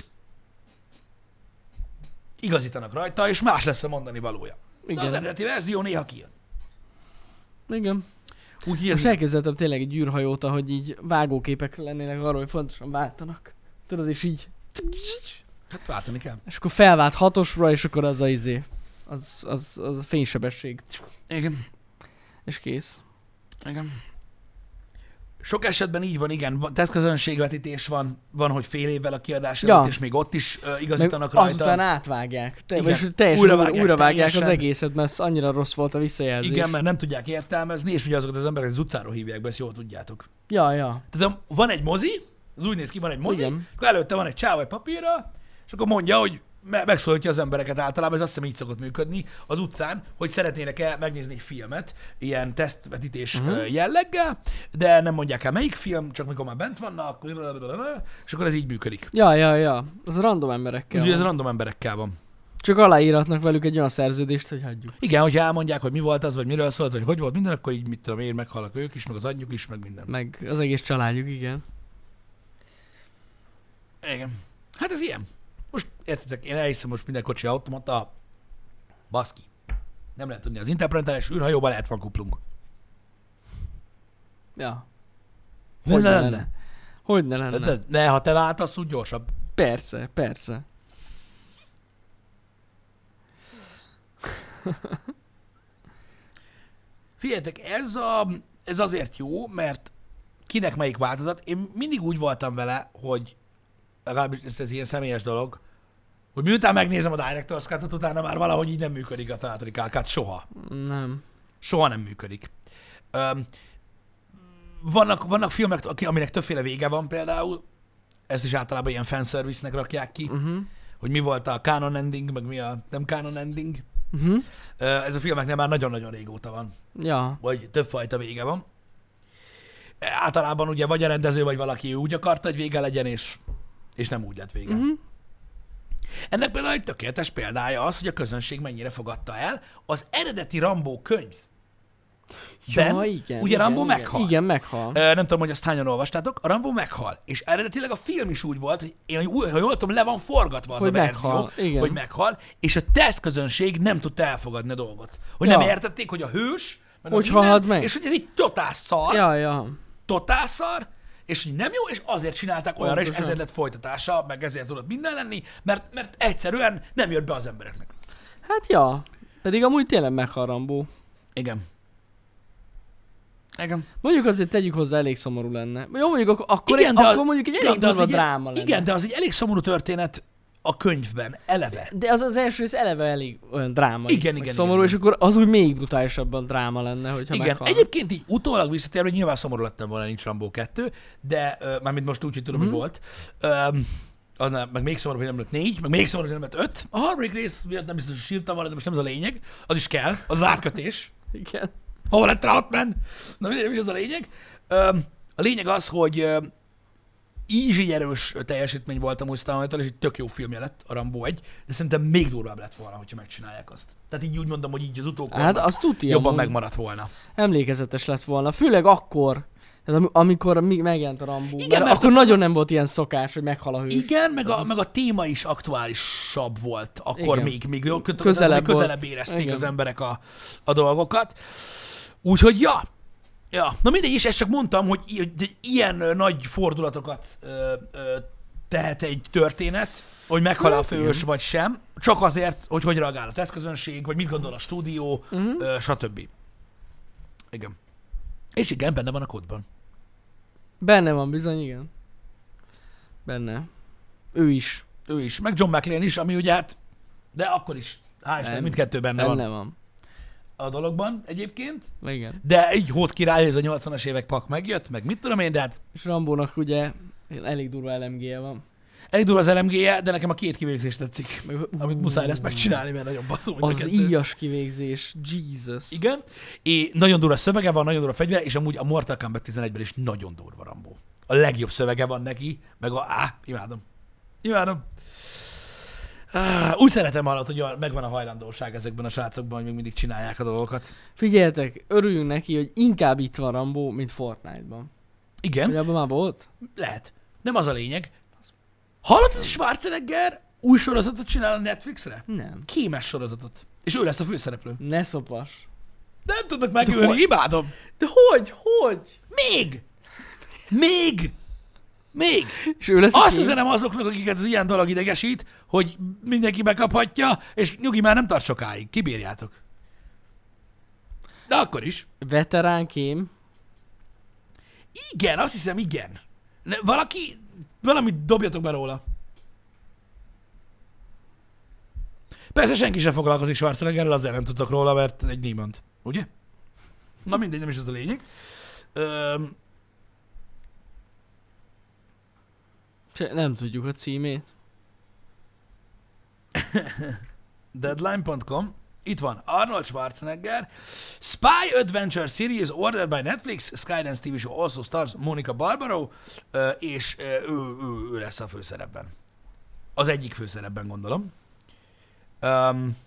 igazítanak rajta, és más lesz a mondani valója. De az Igen. eredeti verzió néha kijön. Igen. Úgyhogy ez Most elképzeltem tényleg egy űrhajót, hogy így vágóképek lennének arról, hogy fontosan váltanak. Tudod, és így... hát váltani kell. És akkor felvált hatosra, és akkor az a izé. Az, az, az a fénysebesség. Igen. És kész. Igen. Sok esetben így van, igen, van- tesztközönségvetítés van, van, hogy fél évvel a kiadás Ja. előtt, és még ott is uh, Meg igazítanak rajta. azután átvágják. Te, Igen. vagyis, hogy teljesen Újra újra vágják vágják, újra vágják teljesen. az egészet, mert ez annyira rossz volt a visszajelzés. Igen, mert nem tudják értelmezni, és ugye azokat az embereket az utcáról hívják be, ezt jól tudjátok. Ja, ja. Tehát a- van egy mozi, az úgy néz ki, van egy mozi, Igen. akkor előtte van egy csáv egy papírra, és akkor mondja, hogy me- megszólítja az embereket általában, ez azt hiszem így szokott működni az utcán, hogy szeretnének-e megnézni egy filmet, ilyen tesztvetítés Mhm. uh-huh. jelleggel, de nem mondják el melyik film, csak mikor már bent vannak, és akkor ez így működik. Ja, ja, ja. Az a random emberekkel Úgyhogy ez van. random emberekkel van. Csak aláíratnak velük egy olyan szerződést, hogy hagyjuk. Igen, hogyha elmondják, hogy mi volt az, vagy miről szólt, vagy hogy volt minden, akkor így mit tudom én, meghalnak ők is, meg az anyjuk is, meg minden. Meg az egész családjuk, igen. Igen. Hát ez ilyen. Most értitek, én elhiszem, most minden kocsi automata, baszki. Nem lehet tudni, az interpretálás űrhajóban lehet van kuplunk. Ja. Ne Hogy ne lenne. lenne? Hogy ne lenne? Ne, ne, ha te váltasz, úgy gyorsabb. Persze, persze. Figyeljetek, ez, a, ez azért jó, mert kinek melyik változat. Én mindig úgy voltam vele, hogy legalábbis ez, ez ilyen személyes dolog, hogy miután megnézem a Director's Cut-ot, utána már valahogy így nem működik a Theatrical Cut. Soha. Nem. Soha nem működik. Öm, vannak, vannak filmek, aki- aminek többféle vége van például, ezt is általában ilyen fanservice-nek rakják ki, Uh-huh. hogy mi volt a canon ending, meg mi a nem canon ending. Uh-huh. Ö, Ez a filmeknél már nagyon-nagyon régóta van, Ja. vagy többfajta vége van. Általában ugye vagy a rendező, vagy valaki úgy akarta, hogy vége legyen, és, és nem úgy lett vége. Uh-huh. Ennek például egy tökéletes példája az, hogy a közönség mennyire fogadta el az eredeti Rambo könyv. Ben, Ja, igen. ugye igen, Rambo igen. meghal. Igen, meghal. Ö, nem tudom, hogy azt hányan olvastátok, a Rambo meghal. És eredetileg a film is úgy volt, hogy én, ha jól tudom, le van forgatva az Hogy a verzió, meghal, igen. hogy meghal, és a tesztközönség nem tudta elfogadni a dolgot. Hogy Ja. nem értették, hogy a hős, meg a Hogy minden, halad meg. és hogy ez így totál szar, Ja, ja. totál szar, és hogy nem jó, és azért csinálták olyanra, és Pontosan. ezért lett folytatása, meg ezért tudott minden lenni, mert, mert egyszerűen nem jött be az embereknek. Hát ja. Pedig amúgy tényleg meghal Rambo. Igen. Igen. Mondjuk azért tegyük hozzá, elég szomorú lenne. Jó, mondjuk ak- akkor, Igen, egy, de akkor az- mondjuk egy igen, elég de az durva egy- dráma lenne. Igen, de az egy elég szomorú történet a könyvben, eleve. De az az első rész eleve elég olyan drámai. Igen, meg igen, szomorú, igen. és akkor az úgy még brutálisabban dráma lenne, hogyha Igen, meghal. egyébként így utólag visszatérve, hogy nyilván szomorú lettem volna, nincs Rambo kettő, de uh, mármint most úgy, hogy tudom, Mhm. hogy volt. Um, az nem, meg még szomorú, hogy nem lett négy, meg még szomorú, hogy nem lett öt. A harmadik rész miatt nem biztos, hogy sírtam volna, de most nem ez a lényeg. Az is kell, az, az átkötés. Igen. Hol lett Troutman? Na mindegy, nem is ez a lényeg. Um, a lényeg az, hogy um, így így erős teljesítmény volt a Mustang, és egy tök jó filmje lett a Rambo egy, de szerintem még durvább lett volna, hogyha megcsinálják azt. Tehát így úgy mondom, hogy így az utókorban Hát azt tuti, jobban amúgy. megmaradt volna. Emlékezetes lett volna. Főleg akkor, tehát am- amikor mi- megjelent a Rambo. Igen, mert, mert akkor a- nagyon nem volt ilyen szokás, hogy meghal a hős. Igen, meg a, Az- meg a téma is aktuálisabb volt. Akkor Igen. még, még jó, közelebb, Közelebb még közelebb volt. érezték Igen. az emberek a, a dolgokat. Úgyhogy ja, ja. Na mindegy, és ezt csak mondtam, hogy, i- hogy ilyen ö, nagy fordulatokat ö, ö, tehet egy történet, hogy meghal a Hát főhős vagy sem, csak azért, hogy hogy reagál a tesztközönség, vagy mit gondol a stúdió, Mhm. ö, stb. Igen. És igen, benne van a kódban. Benne van bizony, igen. Benne. Ő is. Ő is, meg John McClane is, ami ugye hát, de akkor is, hál' Isten, Nem. mindkettő benne, van Benne van. a dologban egyébként, Igen. de így hót király, ez a nyolcvanas évek pak megjött, meg mit tudom én, de hát És Rambónak ugye elég durva el em gé-je van. elég durva az el em gé-je, de nekem a két kivégzés tetszik, Meg, amit muszáj lesz megcsinálni, mert nagyon baszó. mind a Az kettő. íjas kivégzés. Jesus. Igen, és nagyon durva szövege van, nagyon durva fegyver, és amúgy a Mortal Kombat tizenegyben is nagyon durva Rambo. A legjobb szövege van neki, meg a... Á, imádom. Imádom. Ah, úgy szeretem hallani, hogy megvan a hajlandóság ezekben a srácokban, hogy még mindig csinálják a dolgokat. Figyeljetek, örüljünk neki, hogy inkább itt van Rambo, mint Fortnite-ban. Igen. Ugye abban már volt? Lehet. Nem az a lényeg. Hallottad, hogy Schwarzenegger új sorozatot csinál a Netflixre? Nem. Kémes sorozatot. És ő lesz a főszereplő. Ne szopas. Nem tudnak megölni, imádom. De hogy? Hogy? Még! Még! Még! És ő lesz a Azt kém? üzenem azoknak, akiket az ilyen dolog idegesít, hogy mindenki bekaphatja, és nyugi, már nem tart sokáig. Kibírjátok. De akkor is. Veterán kém. Igen, azt hiszem, igen. Ne, valaki, valamit dobjatok be róla. Persze senki sem foglalkozik Schwarzeneggerrel, azért nem tudtok róla, mert egy Niemand. Ugye? Na mindegy, nem is ez a lényeg. Öm, Se- Nem tudjuk a címét. Deadline pont com. Itt van Arnold Schwarzenegger. Spy Adventure Series ordered by Netflix. Skydance té vé show also stars Monica Barbaro. ö, És ö, ő, ő, ő lesz a főszerepben. Az egyik főszerepben, gondolom. Um,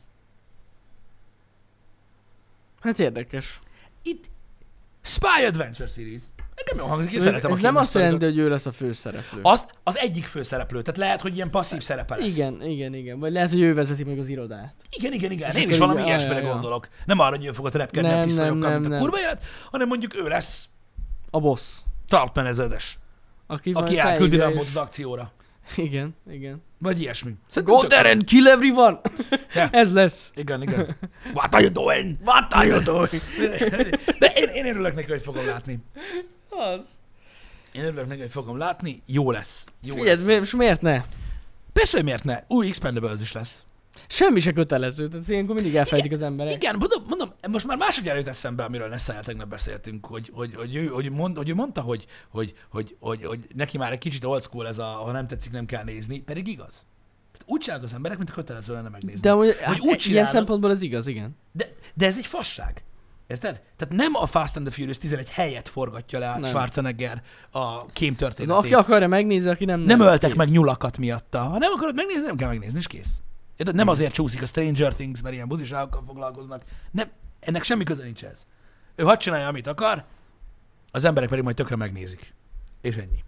Hát érdekes. itt Spy Adventure Series. Nekem jól hangzik, én Ez, szeretem a ez nem azt kémasztalokat. jelenti, hogy ő lesz a főszereplő. Azt az egyik főszereplő, tehát lehet, hogy ilyen passzív szerepe lesz. Igen, igen, igen. Vagy lehet, hogy ő vezeti meg az irodát. Igen, igen, igen. És Én akkor is valami így- ilyesmire ja, ja, ja. gondolok. Nem arra, hogy ő fogod repkedni a Nem, pisztolyokkal, nem, mint a nem, kurva élet, hanem mondjuk ő lesz A boss. Troutman ezredes, Aki, aki majd elküldi felhívja Rambót és- az akcióra. Igen, igen. Vagy ilyesmi. Szerintem Go tök- there and kill everyone! Ja. Ez lesz. Igen, igen. What are you doing? What are you doing? De én, én örülök neki, hogy fogom látni. Az. Én örülök neki, hogy fogom látni. Jó lesz. Jó Figyelj, lesz. mi- most miért ne? Persze, hogy miért ne? Új Expendables is lesz. Semmi se kötelező, tehát ilyenkor mindig elfelejtik az emberek. Igen, mondom, mondom, most már másodjára jut eszembe, amiről Nessel tegnap beszéltünk, hogy, hogy, hogy, ő, hogy, mond, hogy ő mondta, hogy, hogy, hogy, hogy, hogy neki már egy kicsit old school ez a, ha nem tetszik, nem kell nézni, pedig igaz. Tehát úgy csinálnak az emberek, mint a kötelező lenne megnézni. De amúgy, Hogy hát, úgy ilyen csinálnak- szempontból ez igaz, igen. De, de ez egy fasság. Érted? Tehát nem a Fast and the Furious tizenegy helyet forgatja le Nem. Schwarzenegger a kém Na, történetét. aki akarja megnézni, aki nem... Nem öltek kész. meg nyulakat miatta. Ha nem akarod megnézni, nem kell megnézni, és kész. Érted? Nem azért csúszik a Stranger Things, mert ilyen buziságokkal foglalkoznak. Nem, ennek semmi köze nincs ez. Ő hadd csinálja, amit akar, az emberek pedig majd tökre megnézik. És ennyi.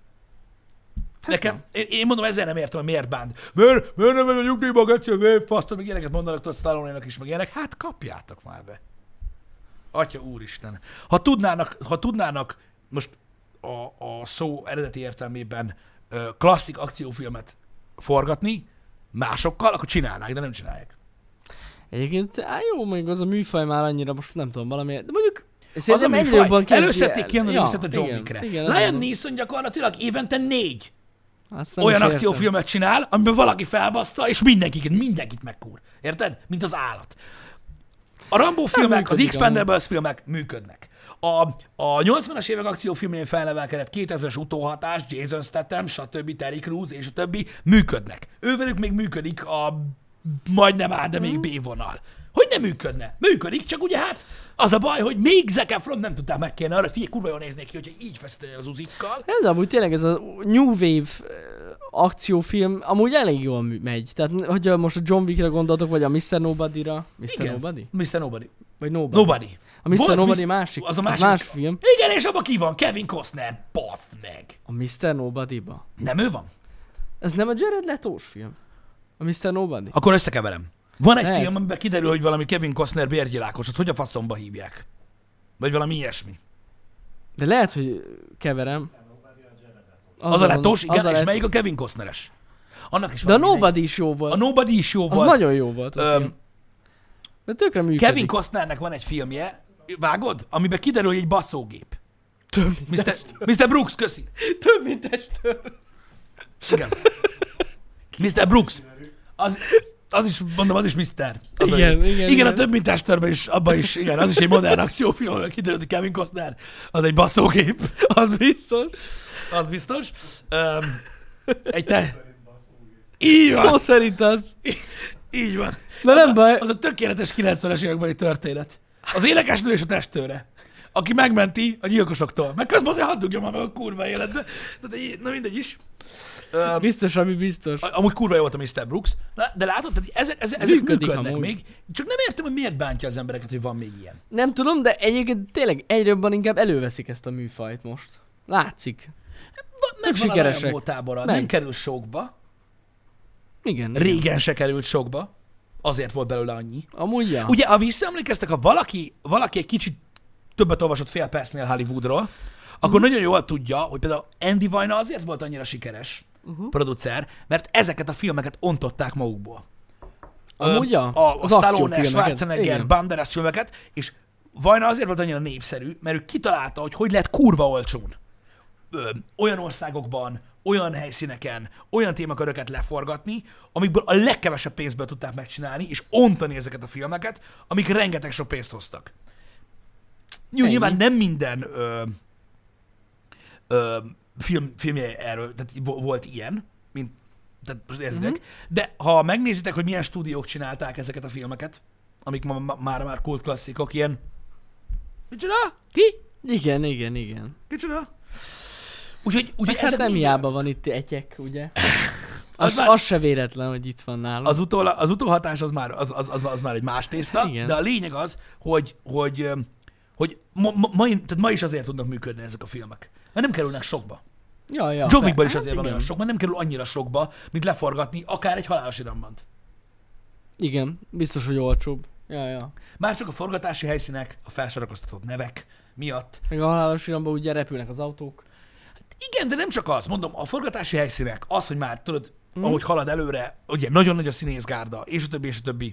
Nekem, én, én mondom, ezzel nem értem, hogy miért bánt. Miért, miért nem megy a nyugdíjba, gecsi, miért fasztod, meg ilyeneket mondanak, tudod, Stallone-nak is, meg ilyenek. Hát kapjátok már be. Atya úristen. Ha tudnának, ha tudnának most a, a szó eredeti értelmében ö, klasszik akciófilmet forgatni másokkal, akkor csinálnák, de nem csinálják. Egyébként, á, jó, még az a műfaj már annyira most nem tudom valamiért, de mondjuk Az a szerintem egyre műfaj. jobban kezdi Előszedték el- ki Keanu Ja, Reeves-et a John igen, Wickre. igen, azt Liam mondom. Neeson gyakorlatilag évente négy Azt nem olyan is értem. akciófilmet csinál, amiben valaki felbassza, és mindenkit, mindenkit megkúr. Érted? Mint az állat. A Rambo filmek, az működik, Expendables filmek működnek. A, a nyolcvanas évek akciófilmjén felnevelkedett kétezres utóhatás, Jason Statham, stb. Terry Crews és a többi működnek. Ővelük még működik a majdnem A, de még B vonal. Hogy nem működne? Működik, csak ugye hát az a baj, hogy még Zac Efron nem tudták megkérni arra, figyelj, kurva jól néznék ki, hogyha így feszíteni az uzikkal. Ez amúgy tényleg ez a New Wave eh, akciófilm amúgy elég jól mű- megy. Tehát, hogyha most a John Wickre gondoltok, vagy a miszter Nobody-ra. miszter Igen. Nobody? miszter Nobody. Vagy Nobody? Nobody. A miszter Volt Nobody miszter- másik? Az a Az másik. más film. Igen, és abban ki van? Kevin Costner. Baszd meg. A miszter Nobody-ba. Nem ő van? Ez nem a Jared Leto-s film? A miszter Nobody? Akkor összekeverem. Van egy Lehet. film, amiben kiderül, hogy valami Kevin Costner bérgyilálkos, azt hogy a faszomba hívják? Vagy valami ilyesmi. De lehet, hogy keverem. Az a letós, az igen, a és Leto- melyik a Kevin Costneres? Annak is De a valami Nobody is jó volt. A Nobody is jó Az volt. nagyon jó volt a Öm, film. De tökre működik. Kevin Costnernek van egy filmje, vágod? Amiben kiderül, hogy egy basszógép. Több mint, miszter testőr. miszter Brooks, köszi. Több mint testőr. Igen. miszter Brooks. Az, az is, mondom, az is miszter. Az Igen, a, igen, igen, igen. a több mint testőrben is, abban is, igen, az is egy modern akciófilm, ahol kiderült, hogy Kevin Costner, az egy basszógép. Az biztos. Az biztos. Um, egy te... Így van. Szó szerint az. Így van. De az nem a, baj. Az a tökéletes kilencvenes évekbeli történet. Az énekesnő és a testőre. Aki megmenti a gyilkosoktól. Meg közben azért hadd dugja már meg a kurva életbe. De, de, na mindegy is. Ö, Biztos, ami biztos. amúgy kurva jó volt a miszter Brooks. Na, de látod, tehát ezek, ezek, ezek Működik működnek amúgy. még. Csak nem értem, hogy miért bántja az embereket, hogy van még ilyen. Nem tudom, de egyébként tényleg egyre jobban inkább előveszik ezt a műfajt most. Látszik. Meg van sikeresek. a Rambo tábora. Meg. Nem kerül sokba. Igen. igen. Régen se került sokba. Azért volt belőle annyi. Amúgy ja. Ugye, ha visszaemlékeztek, ha valaki, valaki egy kicsit többet olvasott fél percnél Hollywoodról, akkor nagyon jól tudja, hogy például Andy Vajna azért volt annyira sikeres Uh-huh. producer, mert ezeket a filmeket ontották magukból. Amúgy ja. A, a Az Stallone, akciófilmeket. Schwarzenegger, Igen. Banderas filmeket, és Vajna azért volt annyira népszerű, mert ő kitalálta, hogy hogy lehet kurva olcsón ö, olyan országokban, olyan helyszíneken, olyan témaköröket leforgatni, amikből a legkevesebb pénzből tudták megcsinálni, és ontani ezeket a filmeket, amik rengeteg sok pénzt hoztak. Jó, Ennyi. nyilván nem minden ö, ö, film, filmje erről, tehát vo- volt ilyen, mint, tehát most értitek, Mhm. de ha megnézitek, hogy milyen stúdiók csinálták ezeket a filmeket, amik ma, ma, már már kult klasszikok, ilyen, micsoda? Ki? Igen, igen, igen. Kicsoda? Úgyhogy, úgyhogy Hát ezek nem mind- hiába van itt egyek, ugye? Az Az, már- az se véletlen, hogy itt van nálunk. Az, utól, az utóhatás az már, az, az, az, az már egy más tészta, Igen. de a lényeg az, hogy, hogy, öm, hogy ma, ma, ma, tehát ma is azért tudnak működni ezek a filmek. Mert nem kerülnek sokba. Ja, ja. John Wickban is Hát azért van igen. olyan sok, mert nem kerül annyira sokba, mint leforgatni akár egy halálos irambant. Igen, biztos, hogy olcsóbb. Ja, ja. Már csak a forgatási helyszínek, a felsorakoztatott nevek miatt. Meg a halálos iramban ugye repülnek az autók. Igen, de nem csak az, mondom, a forgatási helyszínek, az, hogy már tudod, Mm. ahogy halad előre, ugye nagyon nagy a színészgárda, és a többi, és a többi.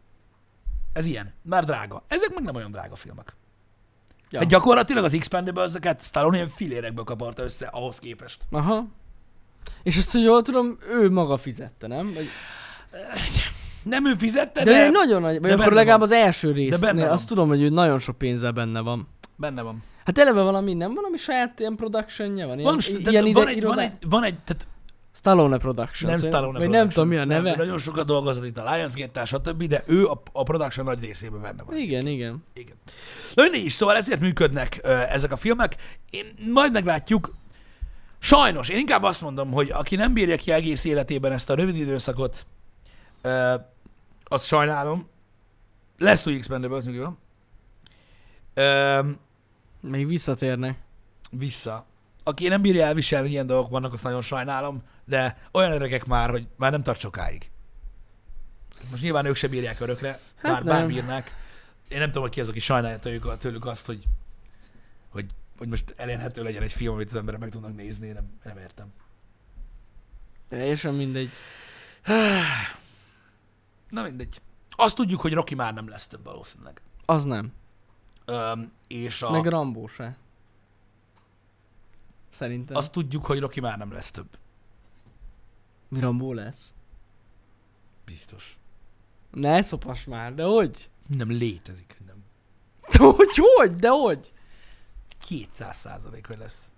Ez ilyen, már drága. Ezek meg nem olyan drága filmek. Ja. Ja. Gyakorlatilag az Expendables-eket Stallone ilyen filérekből kaparta össze ahhoz képest. Aha. És ezt, hogy jól tudom, ő maga fizette, nem? Vagy... Nem ő fizette, De, de, ő nagyon nagy, vagy de akkor benne legalább van. az első benne résznél, van. azt tudom, hogy ő nagyon sok pénzzel benne van. benne van. Hát eleve valami, nem valami saját ilyen productionja van? Ilyen, Van, i- de ilyen van, ide, egy, van, irodá... egy, van egy, tehát Stallone Productions. nem vagy- Stallone Vagy nem tudom, mi a Productions, neve. Nem, nagyon sokat dolgozott itt a Lionsgate-tel, stb., de ő a, a production nagy részében benne van. Igen, igen. Igen. Na mindegy is, szóval ezért működnek ö, ezek a filmek. Én majd meglátjuk. Sajnos, én inkább azt mondom, hogy aki nem bírja ki egész életében ezt a rövid időszakot, ö, azt sajnálom. Lesz új Expendables, még van. Ö, Még visszatérnek. vissza. Aki nem bírja elviselni, hogy ilyen dolgok vannak, azt nagyon sajnálom, de olyan öregek már, hogy már nem tart sokáig. Most nyilván ők se bírják örökre, Hát bár, bár nem. bírnák. Én nem tudom, hogy ki az, aki sajnálja tőlük, tőlük azt, hogy, hogy, hogy most elérhető legyen egy film, amit az emberek meg tudnak nézni, én nem, nem értem. Teljesen mindegy. Na mindegy. Azt tudjuk, hogy Rocky már nem lesz több valószínűleg. Az nem. Öm, és a, Meg Rambo se. Szerintem. azt tudjuk, hogy Rocky már nem lesz több. Mi Rambo lesz? Biztos. Ne szopas már, de hogy? Nem létezik, hogy nem. De hogy, hogy? De hogy? kétszáz százalék, hogy lesz.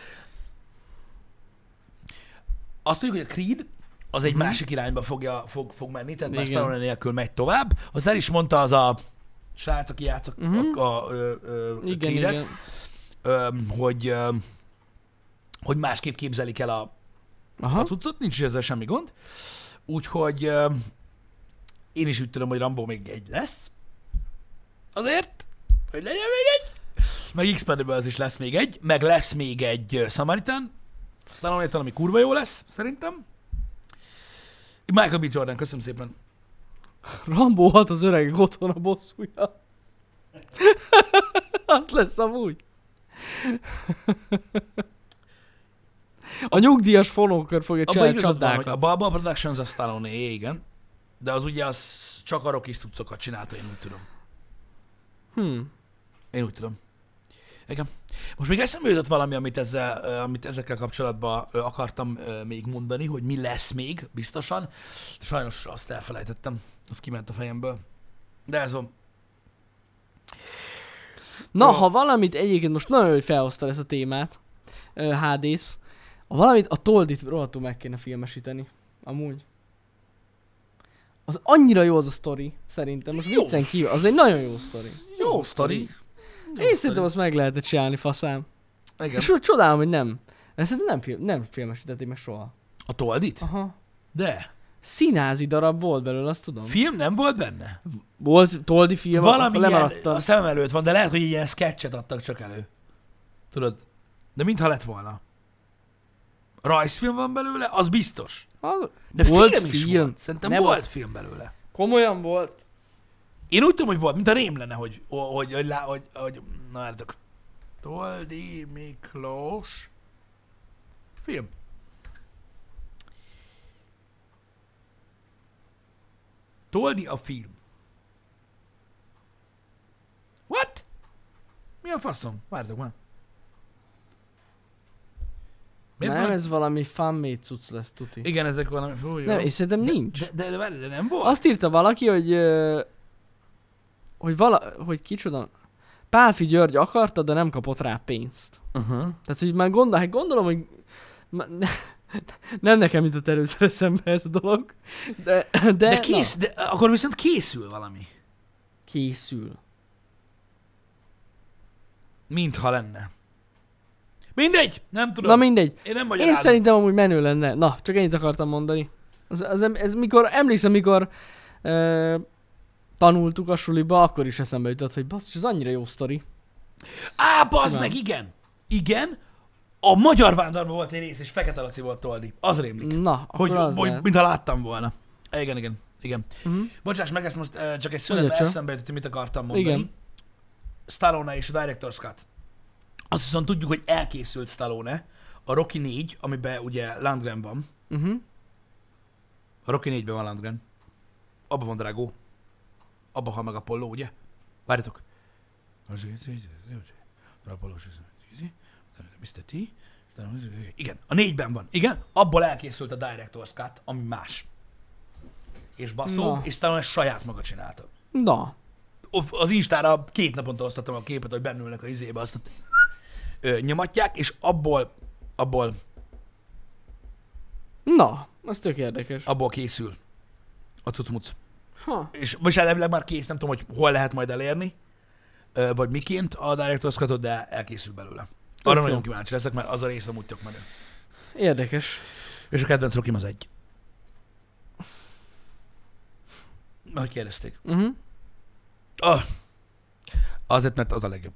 Azt tudjuk, hogy a Creed az egy Mhm. másik irányba fogja, fog, fog menni, tehát már Igen. Stallone nélkül megy tovább. Az el is mondta az a srác, aki játszott Mhm. a, a, a, a Igen, Creedet, igen. öm, hogy, öm, hogy másképp képzelik el a, a Aha. cuccot, nincs is ezzel semmi gond. Úgyhogy öm, én is úgy tudom, hogy Rambo még egy lesz. Azért, hogy legyen még egy. Meg Expendables is lesz még egy, meg lesz még egy ö, Samaritan, Stallone, ami kurva jó lesz, szerintem. Michael B. Jordan, köszönöm szépen. Rambo hat az öreg otthon a bosszúja. Az lesz amúgy. A nyugdíjas fonókör fogja Abban csinálni igazad van, hogy a csapdákat. Balboa Productions a Stallone, igen. De az ugye az csak a Rocky cuccokat csinálta, én úgy tudom. Hmm. Én úgy tudom. Igen. Most még eszembe jutott valami, amit, ezzel, ö, amit ezekkel kapcsolatban ö, akartam ö, még mondani, hogy mi lesz még, biztosan. Sajnos azt elfelejtettem. Az kiment a fejemből. De ez van. Na, Jó. ha valamit egyébként most nagyon jó, hogy felhoztad ezt a témát, ö, há dé-sz, ha valamit a Toldit rohadtul meg kéne filmesíteni. Amúgy. Az annyira jó az a sztori, szerintem. Most Jó. viccen kívül, az egy nagyon jó sztori. Jó sztori. Én szerintem azt meg lehetne csinálni, faszám. Igen. És úgy csodálom, hogy nem. Ezt szerintem nem, film, nem filmesítették meg soha. A Toldit? Aha. De. Színházi darab volt belőle, azt tudom. Film nem volt benne? Volt Toldi film, Valami akkor ilyen, lemaradtam. a szemem előtt van, de lehet, hogy ilyen sketchet adtak csak elő. Tudod? De mintha lett volna. Rajzfilm van belőle, az biztos. Ha, De volt film is film. volt. Szerintem Nem volt az- film belőle. Komolyan volt? Én úgy tudom, hogy volt, mint a rém lenne, hogy, hogy, hogy, lá- hogy, hogy na várjátok. Toldi Miklós film. Toldi a film. What? Mi a faszom? Várjatok már. Miért nem, van- ez valami fanmade cucc lesz, tuti. Igen, ezek valami... Fú, jó. Nem, és szerintem nincs. De, de, de, de, de nem volt? Azt írta valaki, hogy... ö, hogy vala... hogy kicsoda... Pálfi György akarta, de nem kapott rá pénzt. Uh-huh. Tehát, hogy már gondol, hát gondolom, hogy... ma- ne- Nem nekem jutott először eszembe ez a dolog, de... De, De, kész, de akkor viszont készül valami. Na, készül. Mintha lenne. Mindegy, nem tudom. Na mindegy. Én nem Én magyarázom. szerintem amúgy menő lenne. Na, csak ennyit akartam mondani. Az, az, ez mikor, emlékszem, mikor ö, tanultuk a suliba, akkor is eszembe jutott, hogy basszus, ez annyira jó sztori. Á, bazd Nem. meg, igen. Igen. A Magyar Vándorban volt egy rész, és Fekete Laci volt Toldi. Az rémlik. Na, Hogy, akkor az hogy lehet. mintha láttam volna. Igen, igen, igen. Uh-huh. Bocsáss meg, ezt most uh, csak egy szünetben Mondja csak. eszembe jutott, hogy mit akartam mondani. Igen. Stallone és a Director's Cut. Azt viszont tudjuk, hogy elkészült Stallone, a Rocky négy, amiben ugye Landgren van. Uh-huh. A Rocky négyben van Landgren. Abban van Drago. Abban hal meg Apollo, ugye? Várjatok. miszter T. Igen, a négyben van. Igen, abból elkészült a Director's Cut, ami más. És baszó, Na. és Stallone saját maga csinálta. Na, Az Instára két naponta osztottam a képet, hogy bennülnek a izébe, azt ott ö, nyomatják, és abból, abból, na, az tök érdekes. abból készül a cucmuc. Ha. És most elvileg már kész, nem tudom, hogy hol lehet majd elérni, ö, vagy miként a Director's Cut-ot, de elkészül belőle. Arra jó. nagyon kíváncsi leszek, mert az a rész amúgy tök menő. Érdekes. És a kedvenc Rockym az egy. Ahogy kérdezték. Uh-huh. Oh. Azért, mert az a legjobb.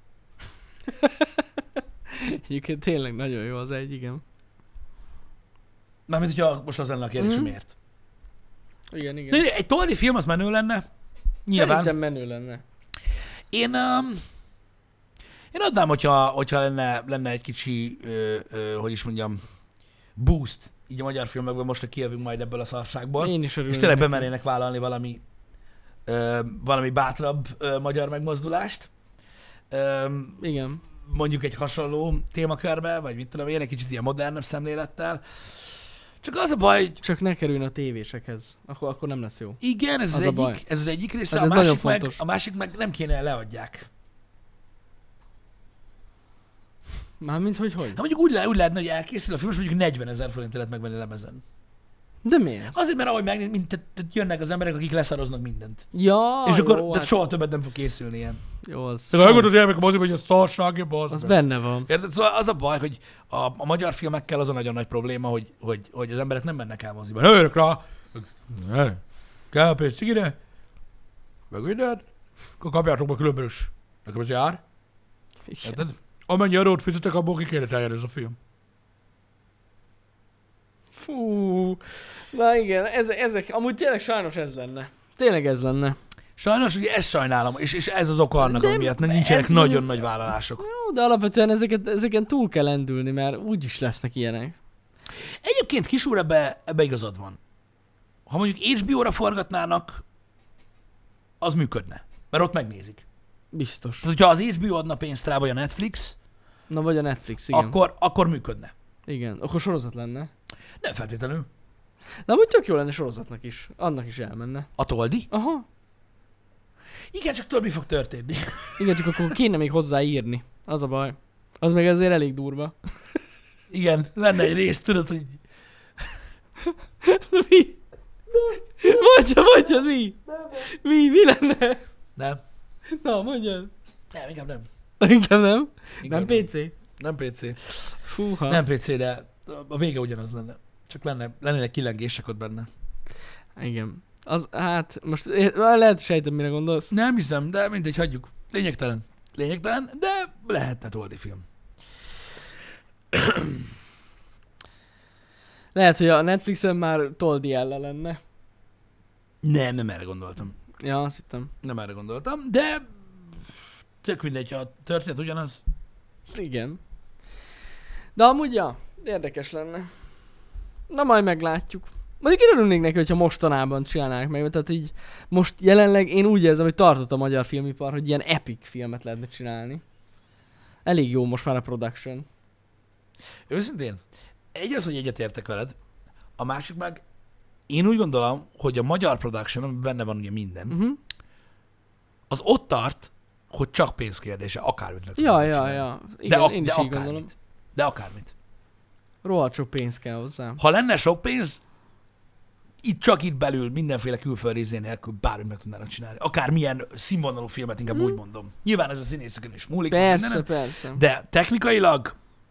Egyébként tényleg nagyon jó az egy, igen. Mármint, hogyha most az lenne a kérdés, Mhm. hogy miért. Igen, igen. De egy Toldi film az menő lenne. Nyilván. Szerintem menő lenne. Én, um, én adnám, hogyha, hogyha lenne, lenne egy kicsi, ö, ö, hogy is mondjam, boost így a magyar filmekben, most, hogy kijövünk majd ebből a szarságból. Én is És örülnék. tényleg neki. bemernének vállalni valami, ö, valami bátrabb ö, magyar megmozdulást. Ö, Igen. mondjuk egy hasonló témakörbe, vagy mit tudom én, egy kicsit ilyen modernebb szemlélettel. Csak az a baj, hogy Csak ne kerüljön a tévésekhez. Akkor, akkor nem lesz jó. igen, ez az, Az a egyik, baj. ez az egyik része, Hát a ez nagyon másik, meg, fontos. a másik meg nem kéne leadják. Mármint, hogy hogy? Hát mondjuk úgy, le, úgy lehetne, hogy elkészül a film, és mondjuk negyvenezer forintért lehet megvenni lemezen. De miért? Azért, mert ahogy megnéz, mint, tehát, tehát jönnek az emberek, akik leszaroznak mindent. Ja, és akkor jó, tehát hát, soha többet nem fog készülni ilyen. jó, az, Szóval elmondod, hogy elmegyek a moziba, hogy a szarság, az, az benne van. Érted? Szóval az a baj, hogy a, a magyar filmekkel az a nagyon nagy probléma, hogy, hogy, hogy az emberek nem mennek el moziba. Ne örök rá! Ne. Kell a pénz cigire? Meg mindent? Akkor kapjátok be különben is. Nekem ez jár. Igen. Érted? Amennyi adót fizetek, abból ki kéne teljen ez a film. Fú, na igen, ez, ezek, amúgy tényleg sajnos ez lenne. Tényleg ez lenne. Sajnos, ugye ezt sajnálom, és, és ez az oka annak, De ami miatt nincsenek ez nagyon mondjuk- nagy vállalások. Jó, de alapvetően ezeket, ezeken túl kell lendülni, mert úgyis lesznek ilyenek. Egyébként kisúr, ebbe, ebbe igazad van. Ha mondjuk há bé ó-ra forgatnának, az működne. Mert ott megnézik. Biztos. Tehát, hogyha az há bé ó adna pénzt rá, vagy a Netflix, Na vagy a Netflix, igen. akkor, akkor működne. Igen, akkor sorozat lenne. Nem feltétlenül. De amúgy tök jó lenne sorozatnak is. Annak is elmenne. A Toldi? Aha. Igen, csak tudod, mi fog történni. Igen, csak akkor kéne még hozzáírni. Az a baj. Az meg ezért elég durva. Igen, lenne egy rész, tudod, hogy Mi? Mondja, mondja, mi? Mi? Mi lenne? nem. Na, mondjad. Nem, inkább nem. Inkább nem? Inkább Nem pé cé? Nem pé cé. Fúha. Nem pé cé, de a vége ugyanaz lenne. Csak lenne, lennének kilengések ott benne. Igen. Az, hát, most é- lehet sejtem, mire gondolsz. Nem hiszem, de mindegy, hagyjuk. Lényegtelen. Lényegtelen, de lehetne toldi film. Lehet, hogy a Netflixen már toldi ellen lenne. Nem, nem erre gondoltam. Ja, azt hittem. Nem erre gondoltam, de tök mindegy, ha a történet ugyanaz. Igen. De amúgy, ja, érdekes lenne. Na majd meglátjuk. Mondjuk örülnék neki, hogyha mostanában csinálnák meg, tehát így most jelenleg én úgy érzem, hogy tartott a magyar filmipar, hogy ilyen epic filmet lehetne csinálni. Elég jó most már a production. Őszintén, egy az, hogy egyetértek veled, a másik meg, én úgy gondolom, hogy a magyar production, amiben benne van ugye minden, Uh-huh. az ott tart, hogy csak pénzkérdése, akármit meg Ja, tudnak ja, csinálni. ja. Igen, de, ak- én de is így gondolom. akármit. De akármit. Rohadt sok pénz kell hozzá. Ha lenne sok pénz, itt csak itt belül mindenféle külföldi izé nélkül bármit meg tudnának csinálni. Akármilyen színvonalú filmet, inkább úgy mondom. Nyilván ez a színészeken is múlik. meg Persze, mindenen, persze. de technikailag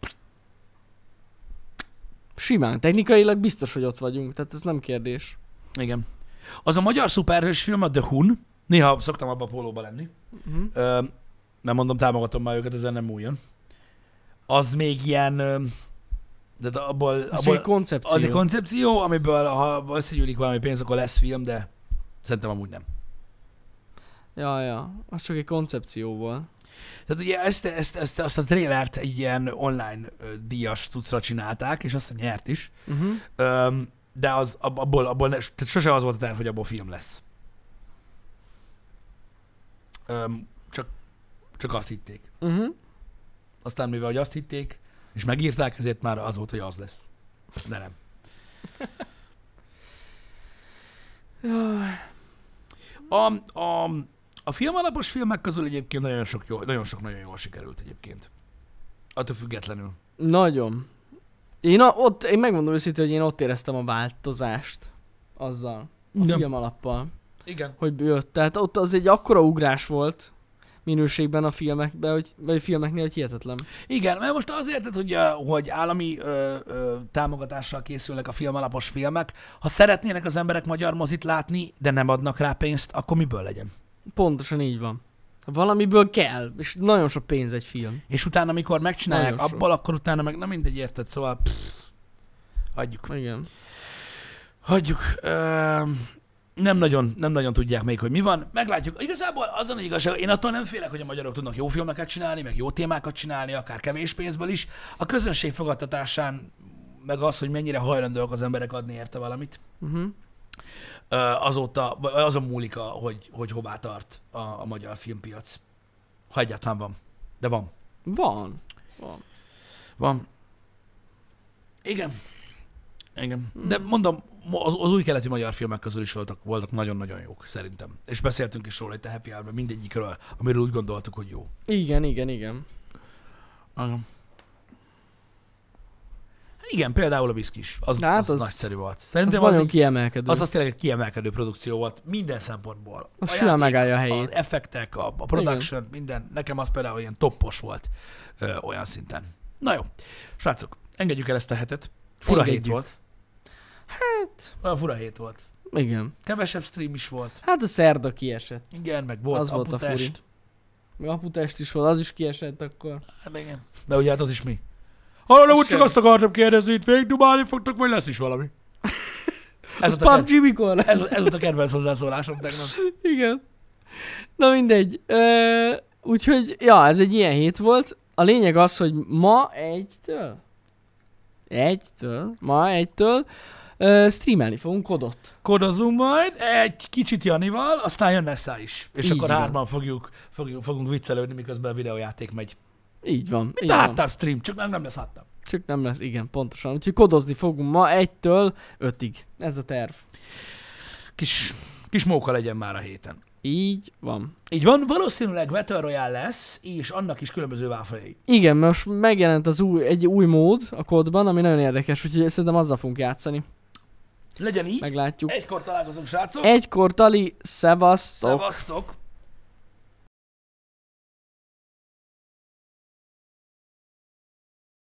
Simán. Technikailag biztos, hogy ott vagyunk, tehát ez nem kérdés. igen. Az a magyar szuperhős film, a The Hun, néha szoktam abba a pólóba lenni. Uh-huh. Ö, nem mondom, támogatom már őket, ezen nem múljon. Az még ilyen, ö, de abból, Az abból egy koncepció. az egy koncepció, amiből ha összegyűlik valami pénz, akkor lesz film, de szerintem amúgy nem. Ja, ja. Az csak egy koncepció volt. Tehát ugye ezt, ezt, ezt, azt a trailert egy ilyen online ö, díjas cuccra csinálták, és azt hiszem nyert is. Uh-huh. Öm, de az, ab- abból, abból ne, tehát sose az volt a terv, hogy abból film lesz. Öm, csak, csak azt hitték. Uh-huh. Aztán mivel, hogy azt hitték, és megírták, ezért már az volt, hogy az lesz. De nem. Jaj. A, a, a filmalapos filmek közül egyébként nagyon sok, jó, nagyon sok nagyon jól sikerült egyébként. Attól függetlenül. Nagyon. Én a, ott, én megmondom őszintén, hogy én ott éreztem a változást. Azzal. A Ja. film alappal. Igen. Hogy jött. Tehát ott az egy akkora ugrás volt minőségben a filmekben, hogy, vagy a filmeknél, hogy hihetetlen. Igen, mert most azért, hogy, ö, hogy állami ö, ö, támogatással készülnek a filmalapos filmek, ha szeretnének az emberek magyar mozit látni, de nem adnak rá pénzt, akkor miből legyen? Pontosan így van. Valamiből kell, és nagyon sok pénz egy film. És utána, amikor megcsinálják Nagyon sok. abból, akkor utána meg nem mindegy, érted? Szóval pff, hagyjuk. Igen. Hagyjuk. Ö, nem, nagyon, nem nagyon tudják még, hogy mi van. Meglátjuk. Igazából azon az igazság, én attól nem félek, hogy a magyarok tudnak jó filmeket csinálni, meg jó témákat csinálni, akár kevés pénzből is. A közönség fogadtatásán, meg az, hogy mennyire hajlandóak az emberek adni érte valamit. Uh-huh. Ö, azóta, vagy azon múlik, a, hogy, hogy hová tart a, a magyar filmpiac. Ha egyáltalán van. De van. Van. Van. Van. Igen. Igen. De mondom, az, az új keleti magyar filmek közül is voltak, voltak nagyon-nagyon jók, szerintem. És beszéltünk is róla itt a Happy Hour-ben, mindegyikről, amiről úgy gondoltuk, hogy jó. Igen, igen, igen. Igen. Igen, például a Viszkis. Az, Hát az, az- nagyszerű volt. Az Szerintem az, nagyon egy, kiemelkedő. az, az tényleg egy kiemelkedő produkció volt minden szempontból. Az simán megállja a helyét. Az effektek, a, a production, Igen. minden. Nekem az például ilyen toppos volt ö, olyan szinten. Na jó, srácok, engedjük el ezt a hetet. Fura hét Engedjük. volt. Hát, Olyan fura hét volt. igen. Kevesebb stream is volt. Hát a szerda kiesett. Igen, meg volt Az volt a aputest. furi. Meg aputest is volt, az is kiesett akkor. Hát igen. De ugye hát az is mi. Hallom, úgy csak Sem. azt akartam kérdezni, itt végig dumálni fogtok, vagy lesz is valami. Ez Az volt, a, pé u bé gé mikor lesz? ez, ez volt a kedvenc hozzászólásom tegnap. Igen. Na mindegy. Ö, úgyhogy, ja, ez egy ilyen hét volt. A lényeg az, hogy ma egytől, egytől, ma egytől ö, streamelni fogunk kodot. Kodozunk majd egy kicsit Janival, aztán jön Nessa is. És Így akkor van. hárman fogjuk, fogjuk, fogunk viccelődni, miközben a videójáték megy. Így van. Mint Így a van. háttább stream, csak nem, nem lesz háttább. Csak nem lesz, igen, pontosan. Úgyhogy kodozni fogunk ma egytől ötig. Ez a terv. Kis, kis móka legyen már a héten. Így van. Így van, valószínűleg Battle Royale lesz, és annak is különböző válfajai. Igen, most megjelent az új, egy új mód a kodban, ami nagyon érdekes, úgyhogy szerintem azzal fogunk játszani. Legyen így. Meglátjuk. Egykor találkozunk, srácok. Egykor tali, szevasztok! Szevasztok.